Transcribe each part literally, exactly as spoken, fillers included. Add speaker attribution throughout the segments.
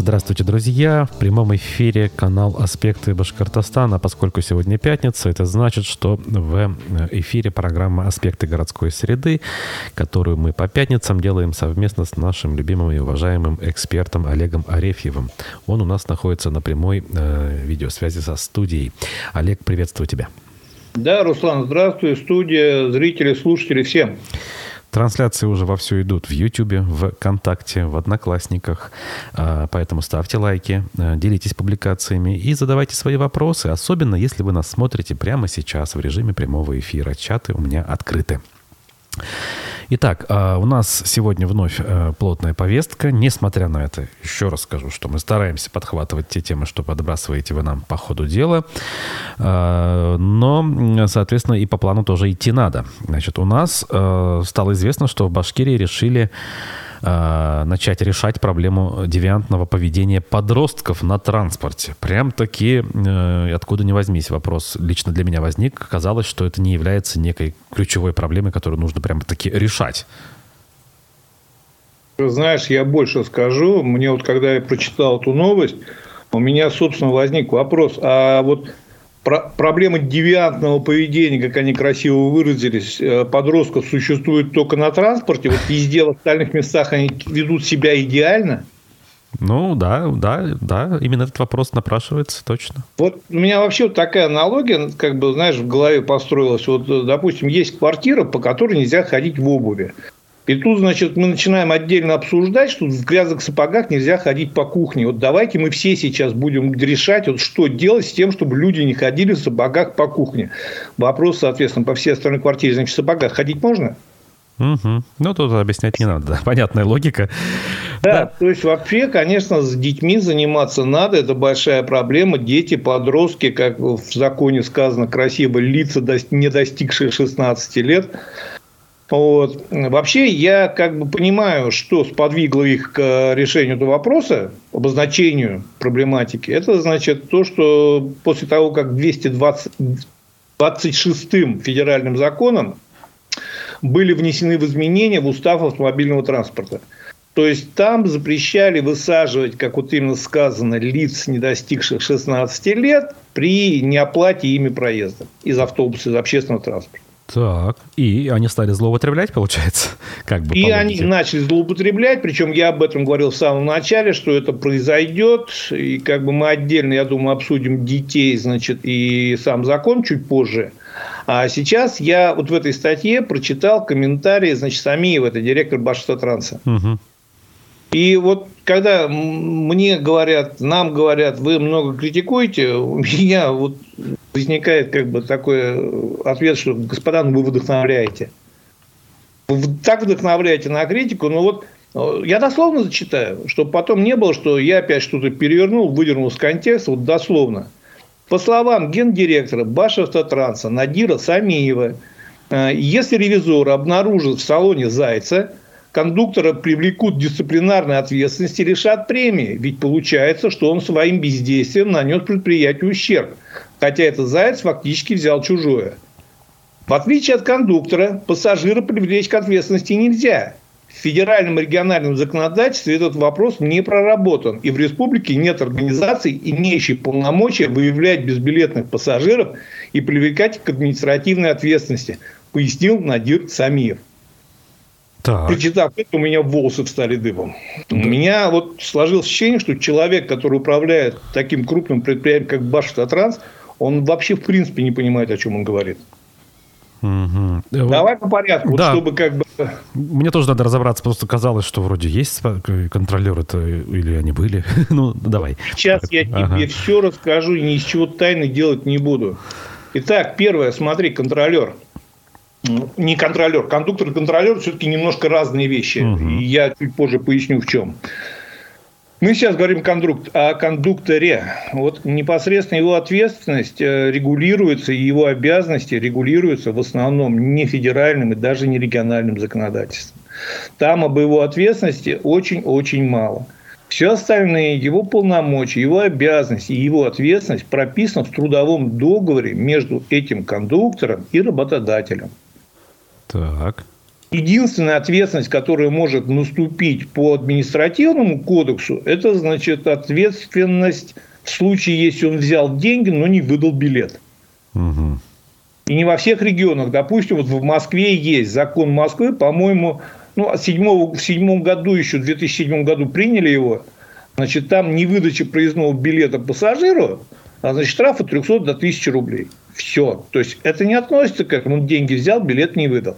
Speaker 1: Здравствуйте, друзья! В прямом эфире канал «Аспекты Башкортостана». Поскольку сегодня пятница, это значит, что в эфире программа «Аспекты городской среды», которую мы по пятницам делаем совместно с нашим любимым и уважаемым экспертом Олегом Арефьевым. Он у нас находится на прямой э, видеосвязи со студией. Олег, приветствую тебя.
Speaker 2: Да, Руслан, здравствуй, студия, зрители, слушатели, всем.
Speaker 1: Трансляции уже вовсю идут в Ютубе, в ВКонтакте, в Одноклассниках. Поэтому ставьте лайки, делитесь публикациями и задавайте свои вопросы. Особенно, если вы нас смотрите прямо сейчас в режиме прямого эфира. Чаты у меня открыты. Итак, у нас сегодня вновь плотная повестка. Несмотря на это, еще раз скажу, что мы стараемся подхватывать те темы, что подбрасываете вы нам по ходу дела. Но, соответственно, и по плану тоже идти надо. Значит, у нас стало известно, что в Башкирии решили начать решать проблему девиантного поведения подростков на транспорте. Прям таки, откуда ни возьмись, вопрос лично для меня возник. Казалось, что это не является некой ключевой проблемой, которую нужно прям таки решать.
Speaker 2: Знаешь, я больше скажу. Мне вот, когда я прочитал эту новость, у меня, собственно, возник вопрос. А вот Про- проблема девиантного поведения, как они красиво выразились, подростков существует только на транспорте. Вот везде в остальных местах они ведут себя идеально.
Speaker 1: Ну, да, да, да. Именно этот вопрос напрашивается, точно.
Speaker 2: Вот у меня вообще вот такая аналогия, как бы, знаешь, в голове построилась. Вот, допустим, есть квартира, по которой нельзя ходить в обуви. И тут, значит, мы начинаем отдельно обсуждать, что в грязных сапогах нельзя ходить по кухне. Вот давайте мы все сейчас будем решать, вот что делать с тем, чтобы люди не ходили в сапогах по кухне. Вопрос, соответственно, по всей остальной квартире, значит, в сапогах ходить можно?
Speaker 1: Угу. Ну, тут объяснять не надо, да. Понятная логика.
Speaker 2: Да, да, то есть, вообще, конечно, с детьми заниматься надо. Это большая проблема. Дети, подростки, как в законе сказано красиво, лица, не достигшие шестнадцати лет. Вот. Вообще, я как бы понимаю, что сподвигло их к решению этого вопроса, обозначению проблематики. Это значит то, что после того, как двухсот двадцать шестым федеральным законом были внесены в изменения в устав автомобильного транспорта. То есть, там запрещали высаживать, как вот именно сказано, лиц, не достигших шестнадцати лет, при неоплате ими проезда из автобуса, из общественного транспорта.
Speaker 1: Так, и они стали злоупотреблять, получается? Как бы,
Speaker 2: и они начали злоупотреблять, причем я об этом говорил в самом начале, что это произойдет, и как бы мы отдельно, я думаю, обсудим детей, значит, и сам закон чуть позже. А сейчас я вот в этой статье прочитал комментарии, значит, Самиева, это директор Башавтотранса. Угу. И вот когда мне говорят, нам говорят, вы много критикуете, у меня вот возникает как бы такой ответ, что, господа, ну вы вдохновляете. Вы так вдохновляете на критику, но вот я дословно зачитаю, чтобы потом не было, что я опять что-то перевернул, выдернул из контекста, вот дословно. По словам гендиректора Башавтотранса Надира Самиева, если ревизоры обнаружат в салоне зайца, кондуктора привлекут к дисциплинарной ответственности и лишат премии. Ведь получается, что он своим бездействием нанес предприятию ущерб. Хотя этот заяц фактически взял чужое. В отличие от кондуктора, пассажира привлечь к ответственности нельзя. В федеральном и региональном законодательстве этот вопрос не проработан. И в республике нет организаций, имеющей полномочия выявлять безбилетных пассажиров и привлекать их к административной ответственности, пояснил Надир Самиев. Так. Прочитав это, у меня волосы встали дыбом. Да. У меня вот сложилось ощущение, что человек, который управляет таким крупным предприятием, как Башавтотранс, он вообще в принципе не понимает, о чем он говорит. Угу. Давай по порядку, да. Вот чтобы как бы...
Speaker 1: Мне тоже надо разобраться, просто казалось, что вроде есть контролеры-то, или они были. Ну, давай.
Speaker 2: Сейчас я тебе ага. все расскажу, и ни из чего тайны делать не буду. Итак, первое, смотри, контролер. Не контролер. Кондуктор и контролер все-таки немножко разные вещи. Угу. И я чуть позже поясню, в чем. Мы сейчас говорим о кондукторе. Вот непосредственно его ответственность регулируется, и его обязанности регулируются в основном не федеральным и даже не региональным законодательством. Там об его ответственности очень-очень мало. Все остальные его полномочия, его обязанности и его ответственность прописаны в трудовом договоре между этим кондуктором и работодателем.
Speaker 1: Так.
Speaker 2: Единственная ответственность, которая может наступить по административному кодексу, это, значит, ответственность в случае, если он взял деньги, но не выдал билет. Угу. И не во всех регионах. Допустим, вот в Москве есть закон Москвы, по-моему, ну, седьмого, в седьмом году еще, в две тысячи седьмом году приняли его. Значит, там невыдача проездного билета пассажиру, а, значит, штраф от трехсот до тысячи рублей. Все. То есть, это не относится к этому. Он деньги взял, билет не выдал.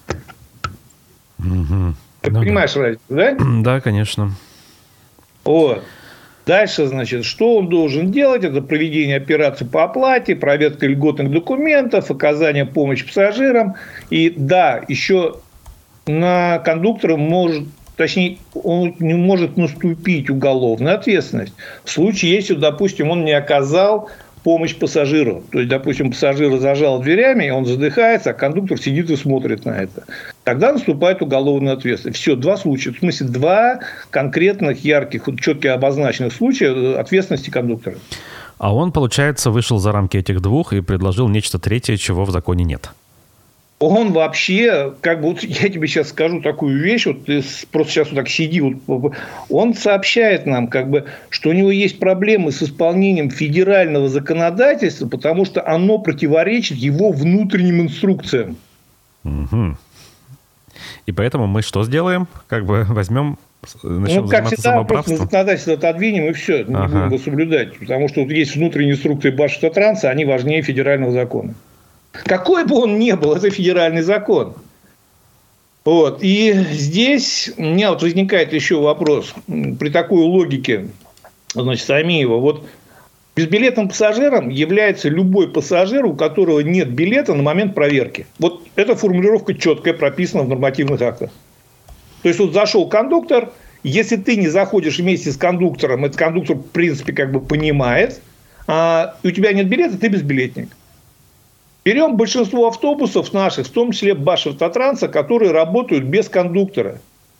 Speaker 1: Угу.
Speaker 2: Ты
Speaker 1: ну,
Speaker 2: понимаешь
Speaker 1: да.
Speaker 2: разницу, да?
Speaker 1: Да, конечно.
Speaker 2: Вот. Дальше, значит, что он должен делать? Это проведение операций по оплате, проверка льготных документов, оказание помощи пассажирам. И да, еще на кондуктора может, точнее, он не может наступить уголовная ответственность в случае, если, допустим, он не оказал помощь пассажиру. То есть, допустим, пассажир зажал дверями, он задыхается, а кондуктор сидит и смотрит на это. Тогда наступает уголовная ответственность. Все, два случая. В смысле, два конкретных, ярких, четко обозначенных случая ответственности кондуктора.
Speaker 1: А он, получается, вышел за рамки этих двух и предложил нечто третье, чего в законе нет.
Speaker 2: Он вообще, как бы, вот я тебе сейчас скажу такую вещь, вот ты просто сейчас вот так сиди, вот, он сообщает нам, как бы, что у него есть проблемы с исполнением федерального законодательства, потому что оно противоречит его внутренним инструкциям.
Speaker 1: Угу. И поэтому мы что сделаем? Как бы возьмем, начнем
Speaker 2: ну, как
Speaker 1: заниматься
Speaker 2: всегда,
Speaker 1: самоуправством?
Speaker 2: просто законодательство отодвинем, и все, не
Speaker 1: ага.
Speaker 2: будем его соблюдать. Потому что вот есть внутренние инструкции Башавтотранса, они важнее федерального закона. Какой бы он ни был, это федеральный закон. Вот. И здесь у меня вот возникает еще вопрос. При такой логике, значит, Самиева, вот безбилетным пассажиром является любой пассажир, у которого нет билета на момент проверки. Вот эта формулировка четкая, прописана в нормативных актах. То есть, вот зашел кондуктор, если ты не заходишь вместе с кондуктором, этот кондуктор, в принципе, как бы понимает, а, и у тебя нет билета, ты безбилетник. Берем большинство автобусов наших, в том числе Башавтотранса, которые работают без кондуктора.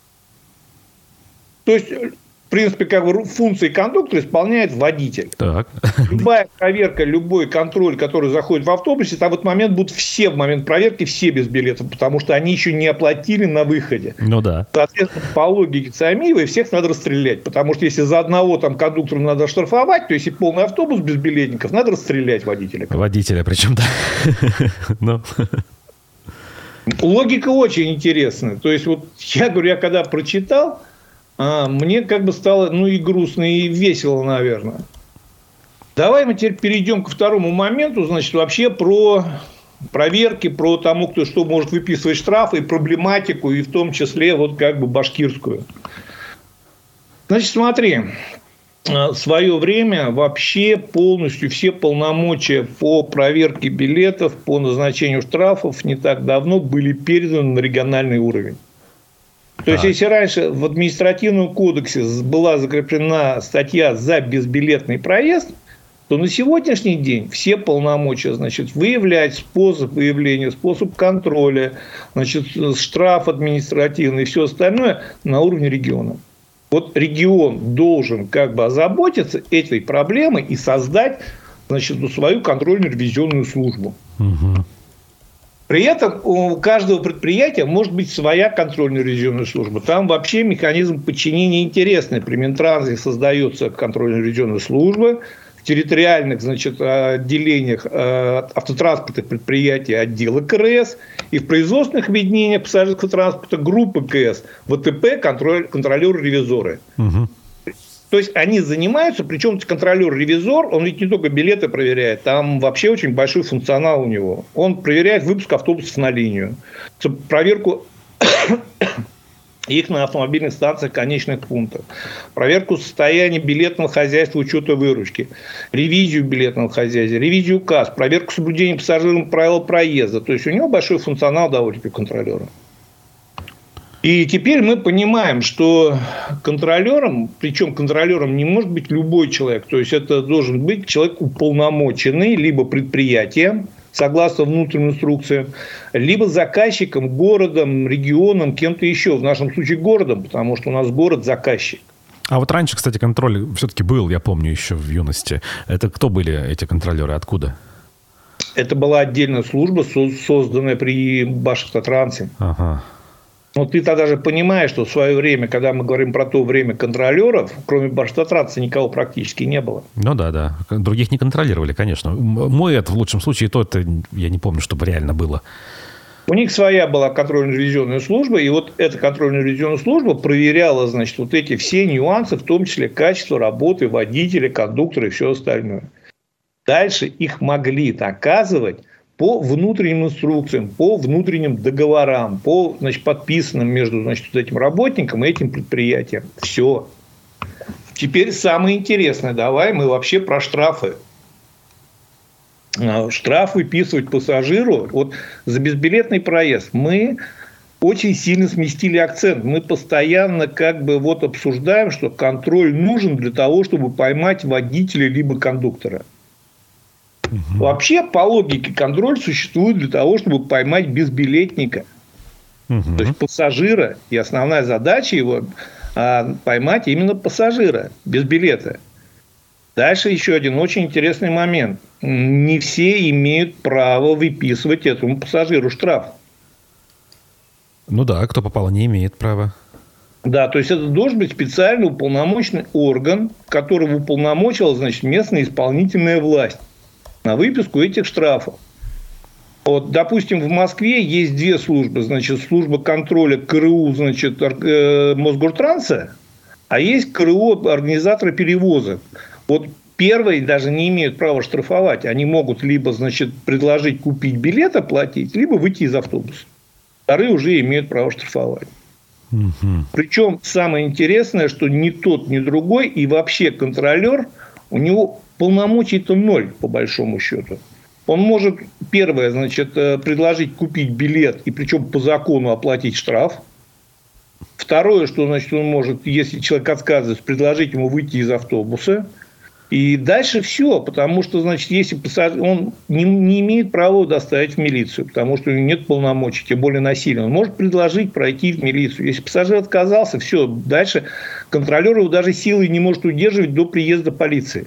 Speaker 2: То есть, в принципе, как бы функции кондуктора исполняет водитель.
Speaker 1: Так.
Speaker 2: Любая проверка, любой контроль, который заходит в автобусе, там в этот момент будут все в момент проверки, все без билетов, потому что они еще не оплатили на выходе.
Speaker 1: Ну да.
Speaker 2: Соответственно, по логике Самиевой всех надо расстрелять, потому что если за одного там кондуктора надо штрафовать, то если полный автобус без билетников, надо расстрелять водителя.
Speaker 1: Водителя, причем да. ну.
Speaker 2: Логика очень интересная. То есть, вот я говорю, я когда прочитал, а, мне как бы стало, ну, и грустно, и весело, наверное. Давай мы теперь перейдем ко второму моменту, значит, вообще про проверки, про тому, кто что может выписывать штрафы, и проблематику, и в том числе вот как бы башкирскую. Значит, смотри, в свое время вообще полностью все полномочия по проверке билетов, по назначению штрафов не так давно были переданы на региональный уровень. То есть, если раньше в административном кодексе была закреплена статья за безбилетный проезд, то на сегодняшний день все полномочия, значит, выявлять способ выявления, способ контроля, значит, штраф административный и все остальное на уровне региона. Вот регион должен как бы озаботиться этой проблемой и создать, значит, свою контрольно-ревизионную службу. Угу. При этом у каждого предприятия может быть своя контрольно-ревизионная служба. Там вообще механизм подчинения интересный. При Минтрансе создается контрольно-ревизионная служба. В территориальных, значит, отделениях автотранспортных предприятий отделы КРС. И в производственных объединениях пассажирского транспорта группы КС, ВТП, контроль, контролеры-ревизоры. Угу. То есть, они занимаются, причем контролер-ревизор, он ведь не только билеты проверяет, там вообще очень большой функционал у него. Он проверяет выпуск автобусов на линию, проверку их на автомобильных станциях конечных пунктов, проверку состояния билетного хозяйства, учета выручки, ревизию билетного хозяйства, ревизию касс, проверку соблюдения пассажирам правил проезда. То есть, у него большой функционал довольно-таки контролера. И теперь мы понимаем, что контролером, причем контролером не может быть любой человек, то есть это должен быть человек уполномоченный либо предприятием, согласно внутренним инструкциям, либо заказчиком, городом, регионом, кем-то еще, в нашем случае городом, потому что у нас город заказчик.
Speaker 1: А вот раньше, кстати, контроль все-таки был, я помню, еще в юности. Это кто были эти контролеры, откуда?
Speaker 2: Это была отдельная служба, созданная при Башавтотрансе.
Speaker 1: Ага.
Speaker 2: Но ты тогда же понимаешь, что в свое время, когда мы говорим про то время контролеров, кроме баштатрадца никого практически не было.
Speaker 1: Ну да, да. Других не контролировали, конечно. Мой это в лучшем случае, то это я не помню, чтобы реально было.
Speaker 2: У них своя была контрольно-ревизионная служба, и вот эта контрольно-ревизионная служба проверяла, значит, вот эти все нюансы, в том числе качество работы водителя, кондуктора и все остальное. Дальше их могли наказывать по внутренним инструкциям, по внутренним договорам, по, значит, подписанным между, значит, вот этим работником и этим предприятием. Все. Теперь самое интересное. Давай мы вообще про штрафы. Штраф выписывать пассажиру вот за безбилетный проезд. Мы очень сильно сместили акцент. Мы постоянно как бы вот обсуждаем, что контроль нужен для того, чтобы поймать водителя либо кондуктора. Угу. Вообще, по логике, контроль существует для того, чтобы поймать безбилетника. Угу. То есть пассажира. И основная задача его а, поймать именно пассажира без билета. Дальше еще один очень интересный момент. Не все имеют право выписывать этому пассажиру штраф.
Speaker 1: Ну да, кто попало, не имеет права.
Speaker 2: Да, то есть это должен быть специально уполномоченный орган, которого уполномочила, значит, местная исполнительная власть на выписку этих штрафов. Вот, допустим, в Москве есть две службы. Значит, служба контроля КРУ, значит, Мосгортранса, а есть КРУ организатора перевозок. Вот первые даже не имеют права штрафовать. Они могут либо, значит, предложить купить билет, оплатить, либо выйти из автобуса. Вторые уже имеют право штрафовать. Угу. Причем самое интересное, что ни тот, ни другой, и вообще контролер, у него полномочий-то ноль, по большому счету. Он может, первое, значит, предложить купить билет, и причем по закону оплатить штраф. Второе, что, значит, он может, если человек отказывается, предложить ему выйти из автобуса. И дальше все, потому что, значит, если пассажир, он не, не имеет права доставить в милицию, потому что у него нет полномочий, тем более насилия. Он может предложить пройти в милицию. Если пассажир отказался, все, дальше контролер его даже силой не может удерживать до приезда полиции.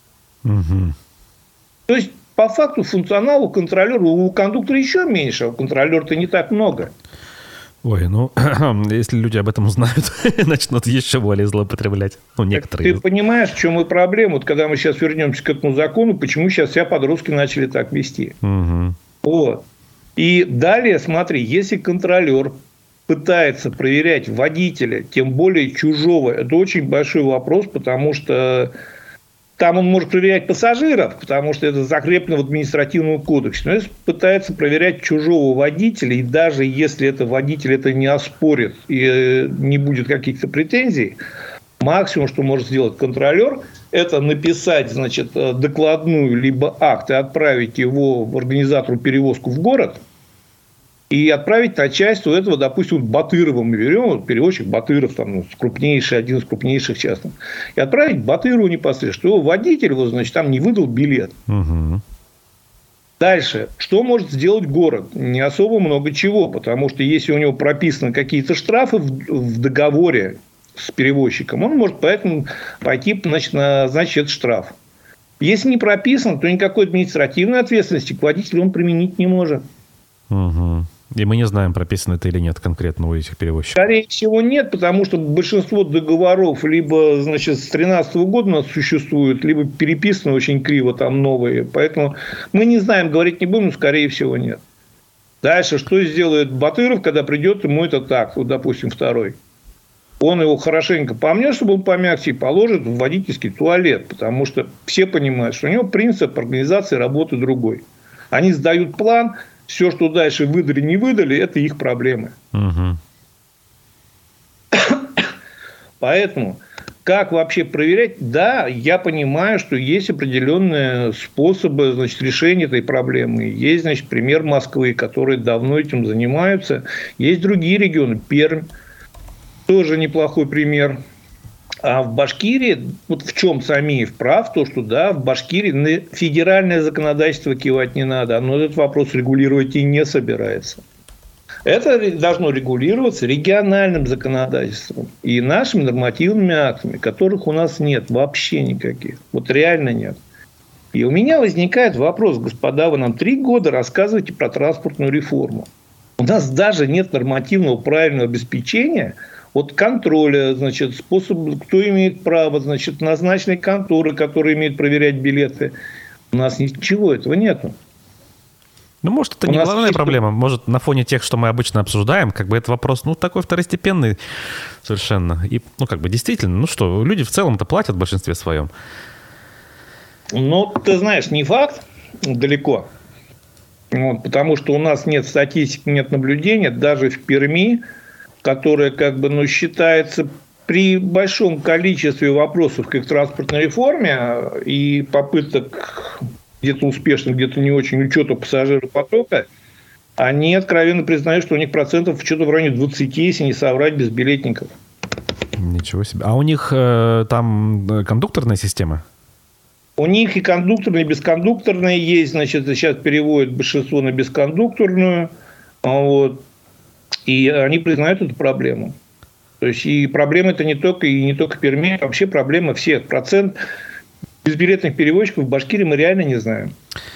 Speaker 2: Угу. То есть, по факту, функционал у контролера, у кондуктора еще меньше, а у контролера-то не так много.
Speaker 1: Ой, ну, если люди об этом узнают, начнут еще более злоупотреблять. Ну, некоторые.
Speaker 2: Ты понимаешь, в чем и проблема? Вот когда мы сейчас вернемся к этому закону, почему сейчас все подростки начали так вести? Угу. Вот. И далее, смотри, если контролер пытается проверять водителя, тем более чужого, это очень большой вопрос, потому что там он может проверять пассажиров, потому что это закреплено в административном кодексе. Но если пытается проверять чужого водителя, и даже если это водитель это не оспорит и не будет каких-то претензий, максимум, что может сделать контролер, это написать, значит, докладную либо акт и отправить его в организатору перевозку в город, и отправить начальству этого, допустим, Батырова мы берем, вот перевозчик Батыров, там, ну, крупнейший, один из крупнейших частных, и отправить Батырову непосредственно, что его водитель, вот, значит, там не выдал билет. Угу. Дальше, что может сделать город? Не особо много чего, потому что если у него прописаны какие-то штрафы в, в договоре с перевозчиком, он может поэтому пойти, значит, назначить этот штраф. Если не прописано, то никакой административной ответственности к водителю он применить не может.
Speaker 1: Угу. И мы не знаем, прописано это или нет конкретно у этих перевозчиков.
Speaker 2: Скорее всего, нет, потому что большинство договоров либо, значит, с две тысячи тринадцатого года у нас существуют, либо переписаны очень криво там новые. Поэтому мы не знаем, говорить не будем, но, скорее всего, нет. Дальше, что сделает Батыров, когда придет ему этот акт, вот, допустим, второй? Он его хорошенько помнет, чтобы он помягче, и положит в водительский туалет. Потому что все понимают, что у него принцип организации работы другой. Они сдают план. Все, что дальше выдали, не выдали, это их проблемы. Угу. Поэтому, как вообще проверять? Да, я понимаю, что есть определенные способы, значит, решения этой проблемы. Есть, значит, пример Москвы, которые давно этим занимаются. Есть другие регионы. Пермь тоже неплохой пример. А в Башкирии, вот в чем Самиев прав, то, что да, в Башкирии на федеральное законодательство кивать не надо, оно этот вопрос регулировать и не собирается. Это должно регулироваться региональным законодательством и нашими нормативными актами, которых у нас нет вообще никаких. Вот реально нет. И у меня возникает вопрос, господа, вы нам три года рассказываете про транспортную реформу. У нас даже нет нормативного правильного обеспечения от контроля, значит, способ, кто имеет право, значит, назначенные конторы, которые имеют проверять билеты. У нас ничего этого нету.
Speaker 1: Ну, может, это у не главная есть... проблема. Может, на фоне тех, что мы обычно обсуждаем, как бы это вопрос, ну, такой второстепенный совершенно. И, ну, как бы действительно, ну что, люди в целом-то платят в большинстве своем.
Speaker 2: Ну, ты знаешь, не факт далеко. Вот, потому что у нас нет статистики, нет наблюдения. Даже в Перми, которая, как бы, ну, считается при большом количестве вопросов к их транспортной реформе и попыток где-то успешных, где-то не очень учета пассажиропотока, они откровенно признают, что у них процентов что-то в районе двадцати, если не соврать, безбилетников.
Speaker 1: Ничего себе. А у них э, там кондукторная система?
Speaker 2: У них и кондукторные, и бескондукторные есть. Значит, сейчас переводят большинство на бескондукторную. Вот. И они признают эту проблему. То есть, и проблема это не только, и не только Перми, а вообще проблема всех. Процент безбилетных перевозчиков в Башкирии мы реально не знаем.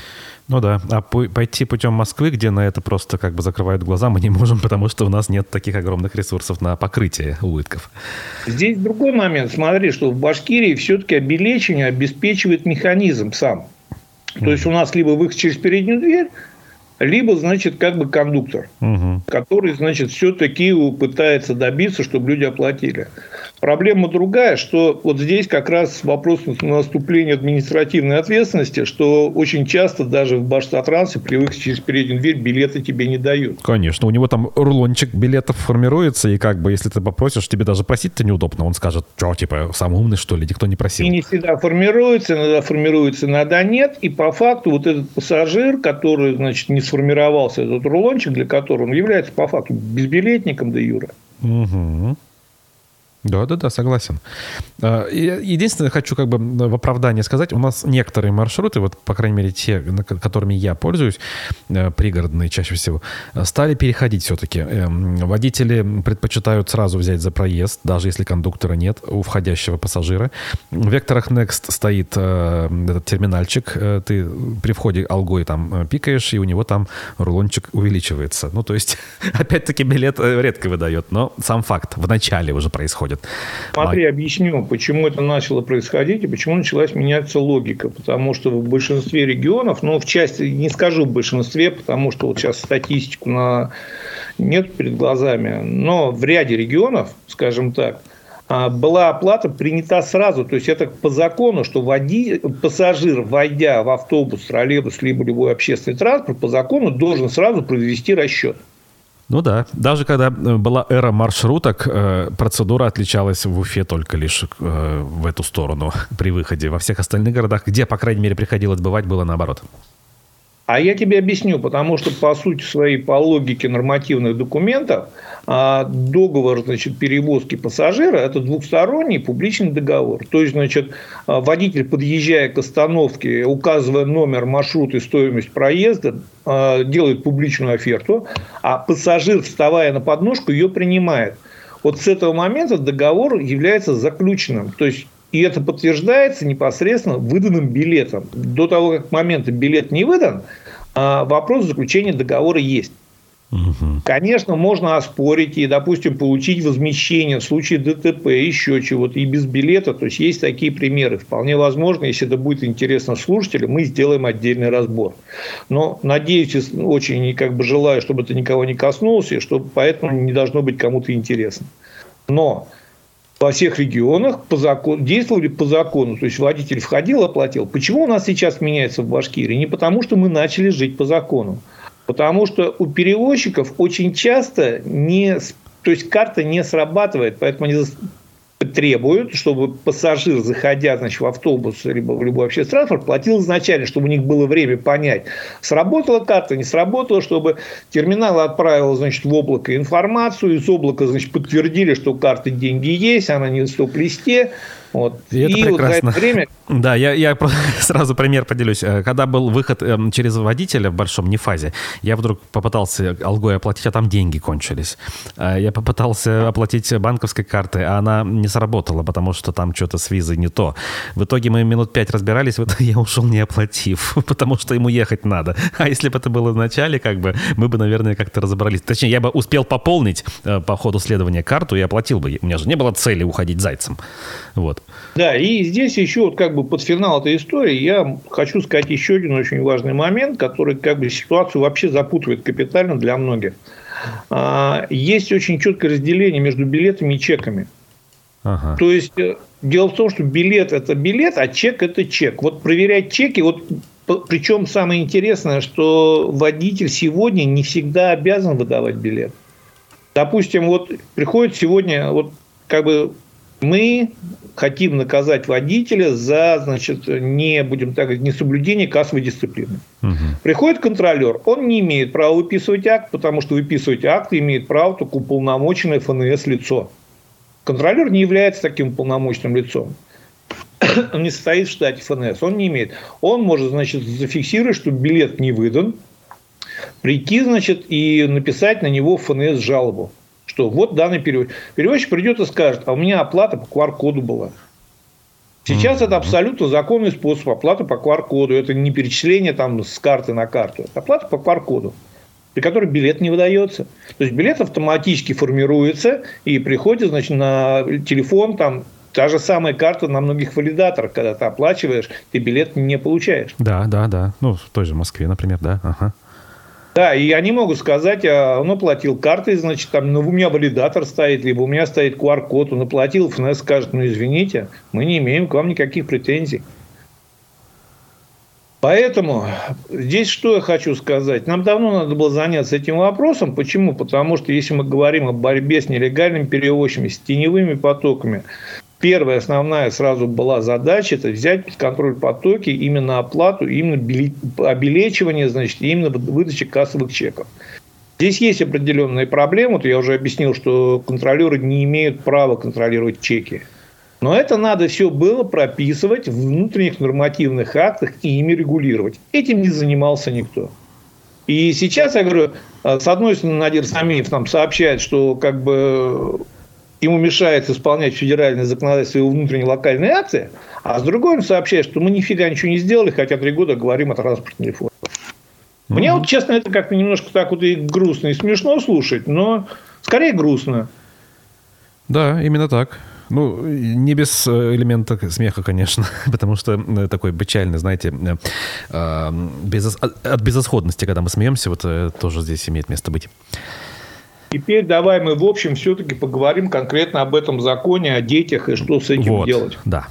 Speaker 1: Ну да, а пойти путем Москвы, где на это просто как бы закрывают глаза, мы не можем, потому что у нас нет таких огромных ресурсов на покрытие убытков.
Speaker 2: Здесь другой момент. Смотри, что в Башкирии все-таки обеспечение обеспечивает механизм сам. То mm. есть, у нас либо выход через переднюю дверь, либо, значит, как бы кондуктор, угу. который, значит, все-таки пытается добиться, чтобы люди оплатили. Проблема другая, что вот здесь как раз вопрос наступления административной ответственности, что очень часто даже в Башавтотрансе при выходе через переднюю дверь билеты тебе не дают.
Speaker 1: Конечно, у него там рулончик билетов формируется, и как бы если ты попросишь, тебе даже просить-то неудобно. Он скажет, что, типа, самый умный, что ли, никто не просил.
Speaker 2: И не всегда формируется, иногда формируется, иногда нет. И по факту вот этот пассажир, который, значит, не сформировался, этот рулончик, для которого он является по факту безбилетником де юре.
Speaker 1: Угу. Да-да-да, согласен. Единственное, хочу как бы в оправдание сказать, у нас некоторые маршруты, вот, по крайней мере, те, которыми я пользуюсь, пригородные чаще всего, стали переходить все-таки. Водители предпочитают сразу взять за проезд, даже если кондуктора нет у входящего пассажира. В векторах Next стоит этот терминальчик, ты при входе алгой там пикаешь, и у него там рулончик увеличивается. Ну, то есть, опять-таки, билет редко выдает, но сам факт в начале уже происходит.
Speaker 2: Смотри, объясню, почему это начало происходить и почему началась меняться логика. Потому что в большинстве регионов, ну, в части, не скажу в большинстве, потому что вот сейчас статистику на... нет перед глазами, но в ряде регионов, скажем так, была оплата принята сразу. То есть, это по закону, что води... пассажир, войдя в автобус, троллейбус, либо любой общественный транспорт, по закону должен сразу произвести расчет.
Speaker 1: Ну да, даже когда была эра маршруток, процедура отличалась в Уфе только лишь в эту сторону при выходе. Во всех остальных городах, где, по крайней мере, приходилось бывать, было наоборот.
Speaker 2: А я тебе объясню, потому что, по сути своей, по логике нормативных документов, договор, значит, перевозки пассажира – это двухсторонний публичный договор. То есть, значит, водитель, подъезжая к остановке, указывая номер маршрута и стоимость проезда, делает публичную оферту, а пассажир, вставая на подножку, ее принимает. Вот с этого момента договор является заключенным. То есть, и это подтверждается непосредственно выданным билетом. До того, как к моменту билет не выдан, вопрос заключения договора есть. Угу. Конечно, можно оспорить и, допустим, получить возмещение в случае ДТП, еще чего-то, и без билета. То есть, есть такие примеры. Вполне возможно, если это будет интересно слушателям, мы сделаем отдельный разбор. Но, надеюсь, очень как бы желаю, чтобы это никого не коснулось, и чтобы поэтому не должно быть кому-то интересно. Но во всех регионах по закону, действовали по закону. То есть, водитель входил, оплатил. Почему у нас сейчас меняется в Башкирии? Не потому, что мы начали жить по закону. Потому что у перевозчиков очень часто не, то есть, карта не срабатывает. Поэтому они требуют, чтобы пассажир, заходя, значит, в автобус либо в любой общественный транспорт, платил изначально, чтобы у них было время понять, сработала карта, не сработала, чтобы терминал отправил, значит, в облако информацию, из облака, значит, подтвердили, что у карты деньги есть, она не в стоп-листе. Вот.
Speaker 1: И это
Speaker 2: и
Speaker 1: прекрасно.
Speaker 2: Вот за это время...
Speaker 1: Да, я, я сразу пример поделюсь. Когда был выход через водителя в большом нефазе, я вдруг попытался алгой оплатить, а там деньги кончились. Я попытался оплатить банковской картой, а она не сработала, потому что там что-то с визой не то. В итоге мы минут пять разбирались, в итоге я ушел не оплатив, потому что ему ехать надо. А если бы это было в начале, как бы, мы бы, наверное, как-то разобрались. Точнее, я бы успел пополнить по ходу следования карту и оплатил бы. У меня же не было цели уходить зайцем. Вот.
Speaker 2: Да, и здесь еще вот как бы под финал этой истории я хочу сказать еще один очень важный момент, который как бы ситуацию вообще запутывает капитально для многих. Есть очень четкое разделение между билетами и чеками. Ага. То есть дело в том, что билет – это билет, а чек – это чек. Вот проверять чеки, вот, причем самое интересное, что водитель сегодня не всегда обязан выдавать билет. Допустим, вот приходит сегодня, вот как бы мы хотим наказать водителя за, значит, не, будем так говорить, несоблюдение кассовой дисциплины. Угу. Приходит контролер, он не имеет права выписывать акт, потому что выписывать акт имеет право только уполномоченное эф эн эс лицо. Контролер не является таким уполномоченным лицом. Он не состоит в штате эф эн эс, он не имеет. Он может, значит, зафиксировать, что билет не выдан, прийти, значит, и написать на него эф эн эс жалобу. Что вот данный переводчик. Переводчик придет и скажет, а у меня оплата по ку ар коду была. Сейчас mm-hmm. это абсолютно законный способ оплаты по ку ар коду. Это не перечисление там, с карты на карту. Это оплата по ку ар коду, при которой билет не выдается. То есть билет автоматически формируется и приходит, значит, на телефон. Там та же самая карта на многих валидаторах. Когда ты оплачиваешь, ты билет не получаешь.
Speaker 1: Да, да, да. Ну, в той же Москве, например, да. Ага.
Speaker 2: Да, и они могут сказать, а он оплатил картой, значит, там, ну, у меня валидатор стоит, либо у меня стоит ку ар код, он оплатил, эф эн эс скажет, ну, извините, мы не имеем к вам никаких претензий. Поэтому здесь что я хочу сказать. Нам давно надо было заняться этим вопросом. Почему? Потому что если мы говорим о борьбе с нелегальными перевозчиками, с теневыми потоками, первая основная сразу была задача – это взять под контроль потоки, именно оплату, именно обелечивание, значит, именно выдачи кассовых чеков. Здесь есть определенные проблемы. Вот я уже объяснил, что контролеры не имеют права контролировать чеки. Но это надо все было прописывать в внутренних нормативных актах и ими регулировать. Этим не занимался никто. И сейчас, я говорю, с одной стороны, Надир Самиев нам сообщает, что как бы ему мешает исполнять федеральное законодательство и его внутренние локальные акции, а с другой он сообщает, что мы нифига ничего не сделали, хотя три года говорим о транспортной реформе. Mm-hmm. Мне вот, честно, это как-то немножко так вот и грустно, и смешно слушать, но скорее грустно.
Speaker 1: Да, именно так. Ну, не без элемента смеха, конечно, потому что такой печальный, знаете, без, от безысходности, когда мы смеемся, вот тоже здесь имеет место быть.
Speaker 2: Теперь давай мы, в общем, все-таки поговорим конкретно об этом законе, о детях и что с этим
Speaker 1: вот,
Speaker 2: делать.
Speaker 1: Да.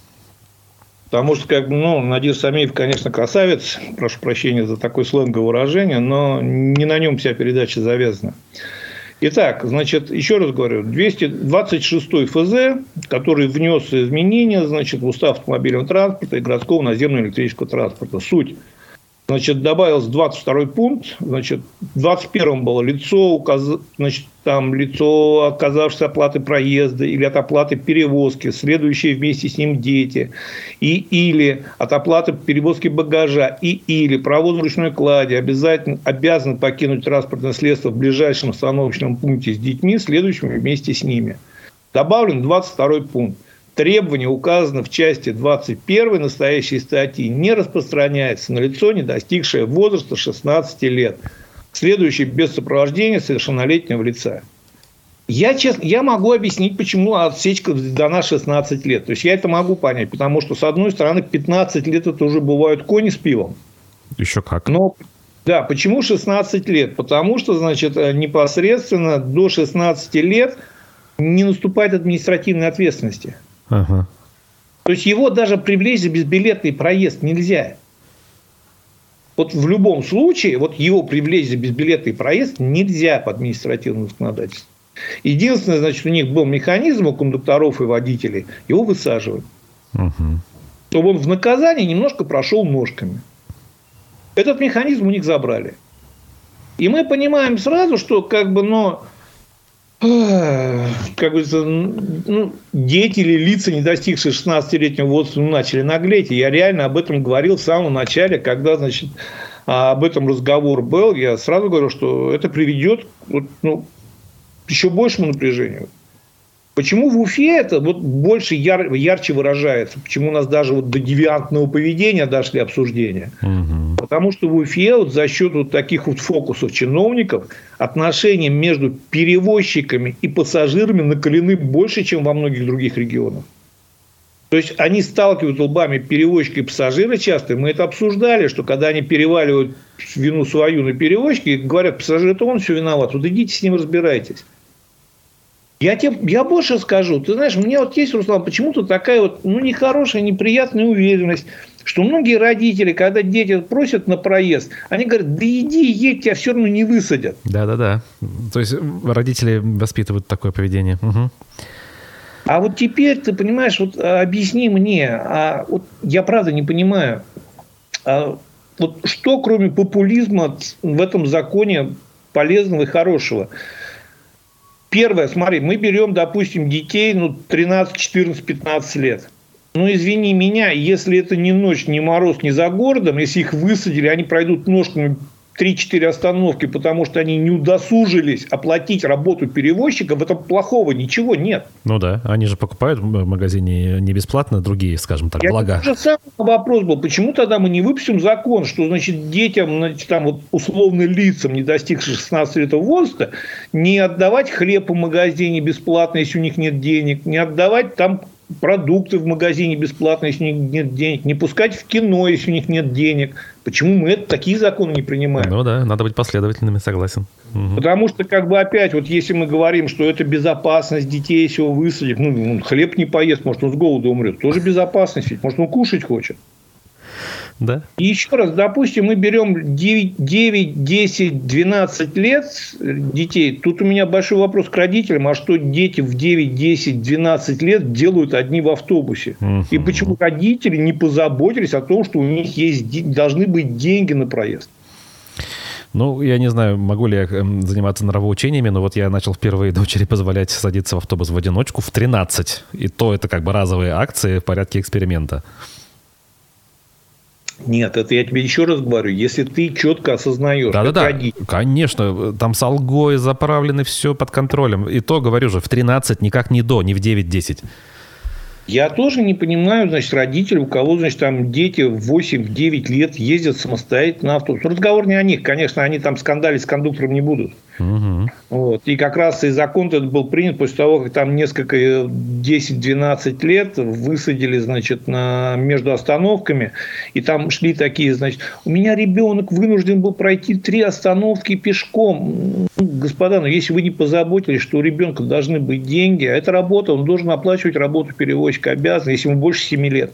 Speaker 2: Потому что, как, ну, Надир Самиев, конечно, красавец, прошу прощения за такое сленговое выражение, но не на нем вся передача завязана. Итак, значит, еще раз говорю, двести двадцать шестой эф зэ, который внес изменения, значит, в устав автомобильного транспорта и городского наземного электрического транспорта. Суть. Значит, добавился двадцать второй пункт. Значит, в двадцать первом было лицо, указ... значит, там лицо, отказавшееся от оплаты проезда или от оплаты перевозки, следующие вместе с ним дети, и или от оплаты перевозки багажа, и или провоз в ручной кладе обязательно обязаны покинуть транспортное средство в ближайшем остановочном пункте с детьми, следующими вместе с ними. Добавлен двадцать второй пункт. Требование указано в части двадцать первой настоящей статьи не распространяется на лицо, не достигшее возраста шестнадцати лет, следующее без сопровождения совершеннолетнего лица. Я, честно, я могу объяснить, почему отсечка дана шестнадцать лет. То есть, я это могу понять, потому что, с одной стороны, пятнадцать лет это уже бывают кони с пивом.
Speaker 1: Еще как.
Speaker 2: Но, да, почему шестнадцать лет? Потому что, значит, непосредственно до шестнадцати лет не наступает административной ответственности. Ага. То есть, его даже привлечь за безбилетный проезд нельзя. Вот в любом случае, вот его привлечь за безбилетный проезд нельзя по административному законодательству. Единственное, значит, у них был механизм у кондукторов и водителей, его высаживать. Угу. Чтобы он в наказании немножко прошел ножками. Этот механизм у них забрали. И мы понимаем сразу, что как бы, но Как говорится, ну, дети или лица, не достигшие шестнадцатилетнего возраста, начали наглеть. И я реально об этом говорил в самом начале, когда, значит, об этом разговор был. Я сразу говорю, что это приведет ну, к еще большему напряжению. Почему в Уфе это вот больше яр, ярче выражается? Почему у нас даже вот до девиантного поведения дошли обсуждения? Угу. Потому что в Уфе вот за счет вот таких вот фокусов чиновников отношения между перевозчиками и пассажирами накалены больше, чем во многих других регионах. То есть они сталкивают лбами перевозчика и пассажира часто. Мы это обсуждали, что когда они переваливают вину свою на перевозчика, говорят, пассажир, это он все виноват, вот идите с ним разбирайтесь. Я тебе, я больше скажу. Ты знаешь, у меня вот есть, Руслан, почему-то такая вот, ну, нехорошая, неприятная уверенность, что многие родители, когда дети просят на проезд, они говорят, да иди, едь, тебя все равно не высадят.
Speaker 1: Да-да-да. То есть родители воспитывают такое поведение. Угу.
Speaker 2: А вот теперь, ты понимаешь, вот объясни мне, а вот я правда не понимаю, а вот что кроме популизма в этом законе полезного и хорошего? Первое, смотри, мы берем, допустим, детей ну, тринадцать, четырнадцать, пятнадцать лет. Ну, извини меня, если это не ночь, не мороз, не за городом, если их высадили, они пройдут ножками три-четыре остановки, потому что они не удосужились оплатить работу перевозчика, в этом плохого ничего нет.
Speaker 1: Ну да, они же покупают в магазине не бесплатно другие, скажем так,
Speaker 2: Я
Speaker 1: блага.
Speaker 2: Тот же самый вопрос был, почему тогда мы не выпустим закон, что, значит, детям, значит, там вот условным лицам, не достигшим шестнадцатилетнего возраста, не отдавать хлеб в магазине бесплатно, если у них нет денег, не отдавать там продукты в магазине бесплатно, если у них нет денег, не пускать в кино, если у них нет денег. Почему мы это, такие законы не принимаем?
Speaker 1: Ну да, надо быть последовательными, согласен. Угу.
Speaker 2: Потому что, как бы, опять, вот если мы говорим, что это безопасность детей, если его высадят, ну, хлеб не поест, может, он с голоду умрет. Тоже безопасность, ведь, может, он кушать хочет.
Speaker 1: Да.
Speaker 2: И еще раз, допустим, мы берем девять, десять, двенадцать лет детей. Тут у меня большой вопрос к родителям. А что дети в девять, десять, двенадцать лет делают одни в автобусе? Uh-huh. И почему родители не позаботились о том, что у них есть, должны быть деньги на проезд?
Speaker 1: Ну, я не знаю, могу ли я заниматься нравоучениями, но вот я начал впервые дочери позволять садиться в автобус в одиночку в тринадцать. И то это как бы разовые акции в порядке эксперимента. Нет, это я тебе еще раз говорю, если ты четко осознаешь. Да-да-да, конечно, там с алгой заправлены, все под контролем. И то, говорю же, в тринадцать никак не до, не в девять-десять. Я тоже не понимаю, значит, родителей, у кого, значит, там дети в восемь-девять лет ездят самостоятельно на автобус. Разговор не о них, конечно, они там скандалить с кондуктором не будут. Угу. Вот. И как раз и закон этот был принят после того, как там несколько, десять-двенадцать лет высадили, значит, на, между остановками, и там шли такие, значит, у меня ребенок вынужден был пройти три остановки пешком. Ну, господа, ну если вы не позаботились, что у ребенка должны быть деньги, а это работа, он должен оплачивать работу перевозчика, обязан, если ему больше семи лет.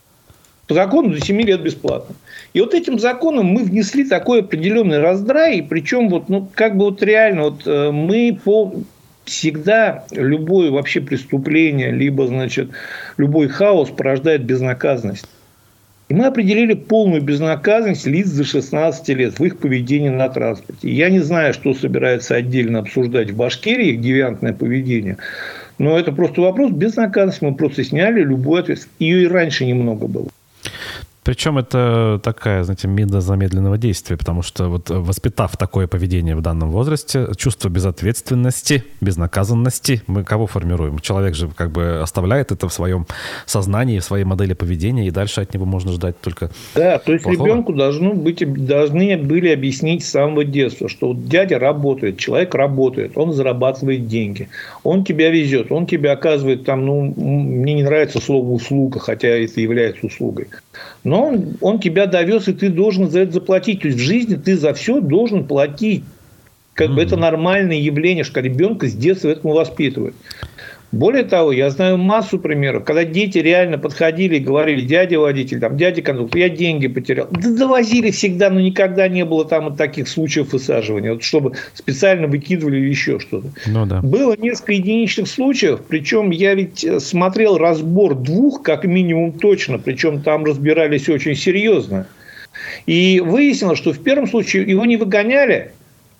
Speaker 1: По закону до семи лет бесплатно. И вот этим законом мы внесли такой определенный раздрай, и причем вот, ну, как бы вот реально вот мы пол... всегда любое вообще преступление, либо, значит, любой хаос порождает безнаказанность. И мы определили полную безнаказанность лиц до шестнадцати лет в их поведении на транспорте. Я не знаю, что собирается отдельно обсуждать в Башкирии, их девиантное поведение. Но это просто вопрос безнаказанности. Мы просто сняли любую ответственность. Ее и раньше немного было. Причем это такая, знаете, мера замедленного действия, потому что вот воспитав такое поведение в данном возрасте, чувство безответственности, безнаказанности, мы кого формируем? Человек же как бы оставляет это в своем сознании, в своей модели поведения, и дальше от него можно ждать только
Speaker 2: Да, то есть
Speaker 1: плохого.
Speaker 2: Ребенку должно быть, должны были объяснить с самого детства, что вот дядя работает, человек работает, он зарабатывает деньги, он тебя везет, он тебе оказывает там, ну, мне не нравится слово услуга, хотя это является услугой. Но он, он тебя довез, и ты должен за это заплатить. То есть в жизни ты за все должен платить. Как бы mm-hmm. это нормальное явление, что ребенка с детства этому воспитывают. Более того, я знаю массу примеров, когда дети реально подходили и говорили: дядя водитель, там, дядя кондуктор, я деньги потерял. Да довозили всегда, но никогда не было там таких случаев высаживания, вот, чтобы специально выкидывали или еще что-то. Ну, да. Было несколько единичных случаев, причем я ведь смотрел разбор двух, как минимум точно, причем там разбирались очень серьезно. И выяснилось, что в первом случае его не выгоняли,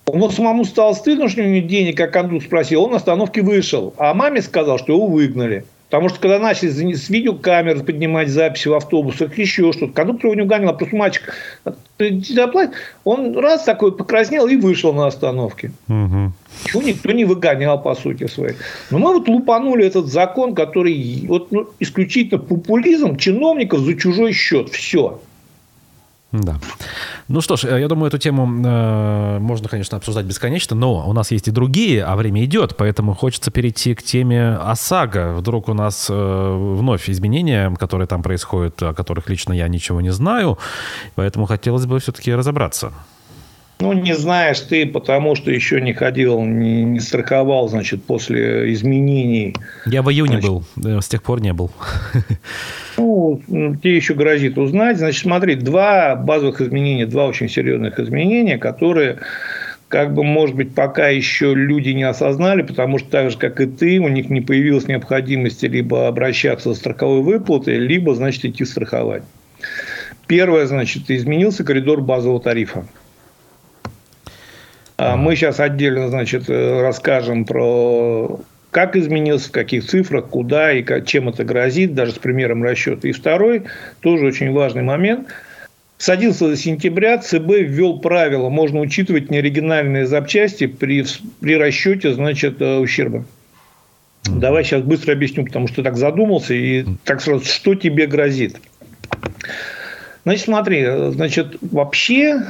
Speaker 2: ему самому стало стыдно, что у него денег, как кондуктор спросил, он на остановке вышел. А маме сказал, что его выгнали. Потому что, когда начали с видеокамер поднимать записи в автобусах, еще что-то, кондуктор его не угонял, а просто мальчик, ты заплатишь, он раз такой покраснел и вышел на остановке. Угу. Чего никто не выгонял, по сути своей. Но мы вот лупанули этот закон, который вот, ну, исключительно популизм чиновников за чужой счет. Все.
Speaker 1: Да. Ну что ж, я думаю, эту тему э, можно, конечно, обсуждать бесконечно, но у нас есть и другие, а время идет, поэтому хочется перейти к теме ОСАГО. Вдруг у нас э, вновь изменения, которые там происходят, о которых лично я ничего не знаю, поэтому хотелось бы все-таки разобраться.
Speaker 2: Ну, не знаешь ты, потому что еще не ходил, не, не страховал, значит, после изменений.
Speaker 1: Я в июне значит, был, с тех пор не был.
Speaker 2: Ну, тебе еще грозит узнать. Значит, смотри, два базовых изменения, два очень серьезных изменения, которые, как бы, может быть, пока еще люди не осознали, потому что так же, как и ты, у них не появилась необходимости либо обращаться за страховой выплатой, либо, значит, идти страховать. Первое, значит, изменился коридор базового тарифа. Мы сейчас отдельно, значит, расскажем про как изменился, в каких цифрах, куда и как, чем это грозит, даже с примером расчета. И второй, тоже очень важный момент. С одиннадцатого сентября ЦБ ввел правило, можно учитывать неоригинальные запчасти при, при расчете, значит, ущерба. Mm-hmm. Давай сейчас быстро объясню, потому что так задумался и так сразу, что тебе грозит. Значит, смотри, значит, вообще...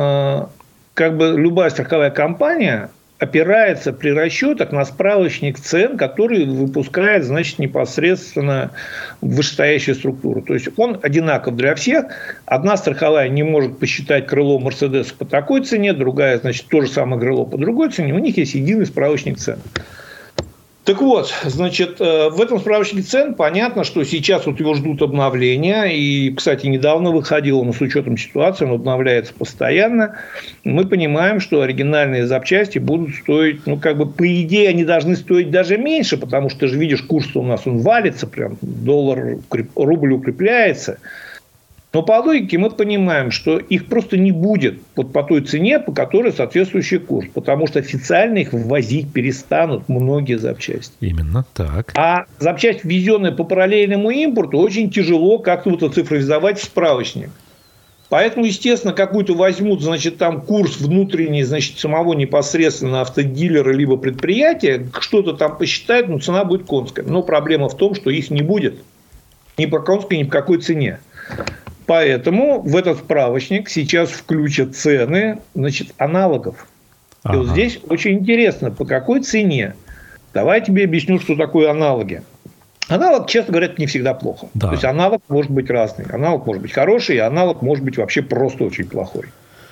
Speaker 2: Как бы любая страховая компания опирается при расчетах на справочник цен, который выпускает, значит, непосредственно вышестоящая структура. То есть он одинаков для всех. Одна страховая не может посчитать крыло Мерседеса по такой цене, другая, значит, то же самое крыло по другой цене. У них есть единый справочник цен. Так вот, значит, в этом справочнике цен понятно, что сейчас вот его ждут обновления. И, кстати, недавно выходило, но с учетом ситуации, он обновляется постоянно. Мы понимаем, что оригинальные запчасти будут стоить, ну, как бы, по идее, они должны стоить даже меньше, потому что ты же видишь, курс у нас, он валится, прям доллар, рубль укрепляется. Но по логике мы понимаем, что их просто не будет вот по той цене, по которой соответствующий курс. Потому что официально их ввозить перестанут многие запчасти.
Speaker 1: Именно так.
Speaker 2: А запчасть, ввезенная по параллельному импорту, очень тяжело как-то вот оцифровизовать в справочник. Поэтому, естественно, какую-то возьмут, значит, там курс внутренний, значит, самого непосредственно автодилера либо предприятия, что-то там посчитают, но цена будет конская. Но проблема в том, что их не будет ни по конской, ни по какой цене. Поэтому в этот справочник сейчас включат цены, значит, аналогов. Ага. И вот здесь очень интересно, по какой цене. Давай я тебе объясню, что такое аналоги. Аналог, честно говоря, не всегда плохо. Да. То есть аналог может быть разный. Аналог может быть хороший, а аналог может быть вообще просто очень плохой.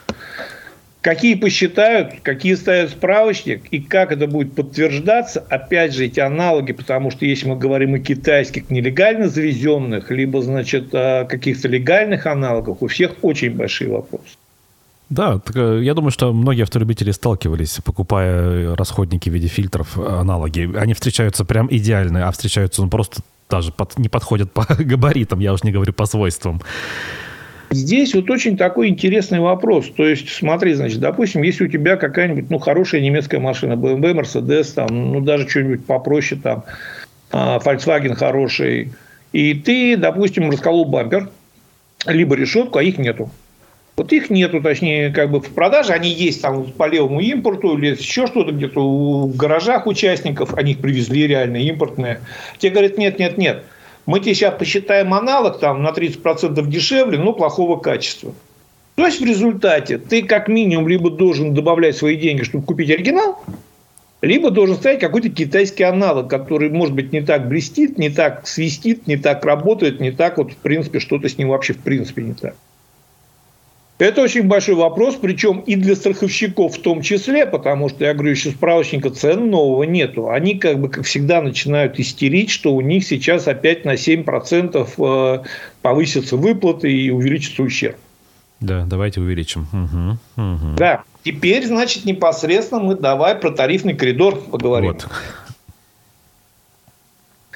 Speaker 2: Какие посчитают, какие ставят справочник и как это будет подтверждаться, опять же, эти аналоги, потому что если мы говорим о китайских нелегально завезенных, либо, значит, о каких-то легальных аналогах, у всех очень большие вопросы.
Speaker 1: Да, так, я думаю, что многие автолюбители сталкивались, покупая расходники в виде фильтров, аналоги. Они встречаются прям идеальные, а встречаются ну, просто даже под, не подходят по габаритам, я уж не говорю по свойствам.
Speaker 2: Здесь вот очень такой интересный вопрос. То есть, смотри, значит, допустим, если у тебя какая-нибудь, ну, хорошая немецкая машина, бэ эм вэ, Mercedes, там, ну, даже что-нибудь попроще, там, Volkswagen хороший, и ты, допустим, расколол бампер, либо решетку, а их нету. Вот их нету, точнее, как бы в продаже, они есть там по левому импорту, или еще что-то где-то в гаражах участников, они их привезли реально, импортные. Те говорят, нет, нет, нет. Мы тебе сейчас посчитаем аналог там, на тридцать процентов дешевле, но плохого качества. То есть, в результате ты как минимум либо должен добавлять свои деньги, чтобы купить оригинал, либо должен ставить какой-то китайский аналог, который, может быть, не так блестит, не так свистит, не так работает, не так вот, в принципе, что-то с ним вообще в принципе не так. Это очень большой вопрос, причем и для страховщиков в том числе, потому что, я говорю, еще справочника цен нового нету. Они, как бы, как всегда, начинают истерить, что у них сейчас опять на семь процентов повысятся выплаты и увеличится ущерб.
Speaker 1: Да, давайте увеличим. Угу, угу.
Speaker 2: Да, теперь, значит, непосредственно мы давай про тарифный коридор поговорим. Вот.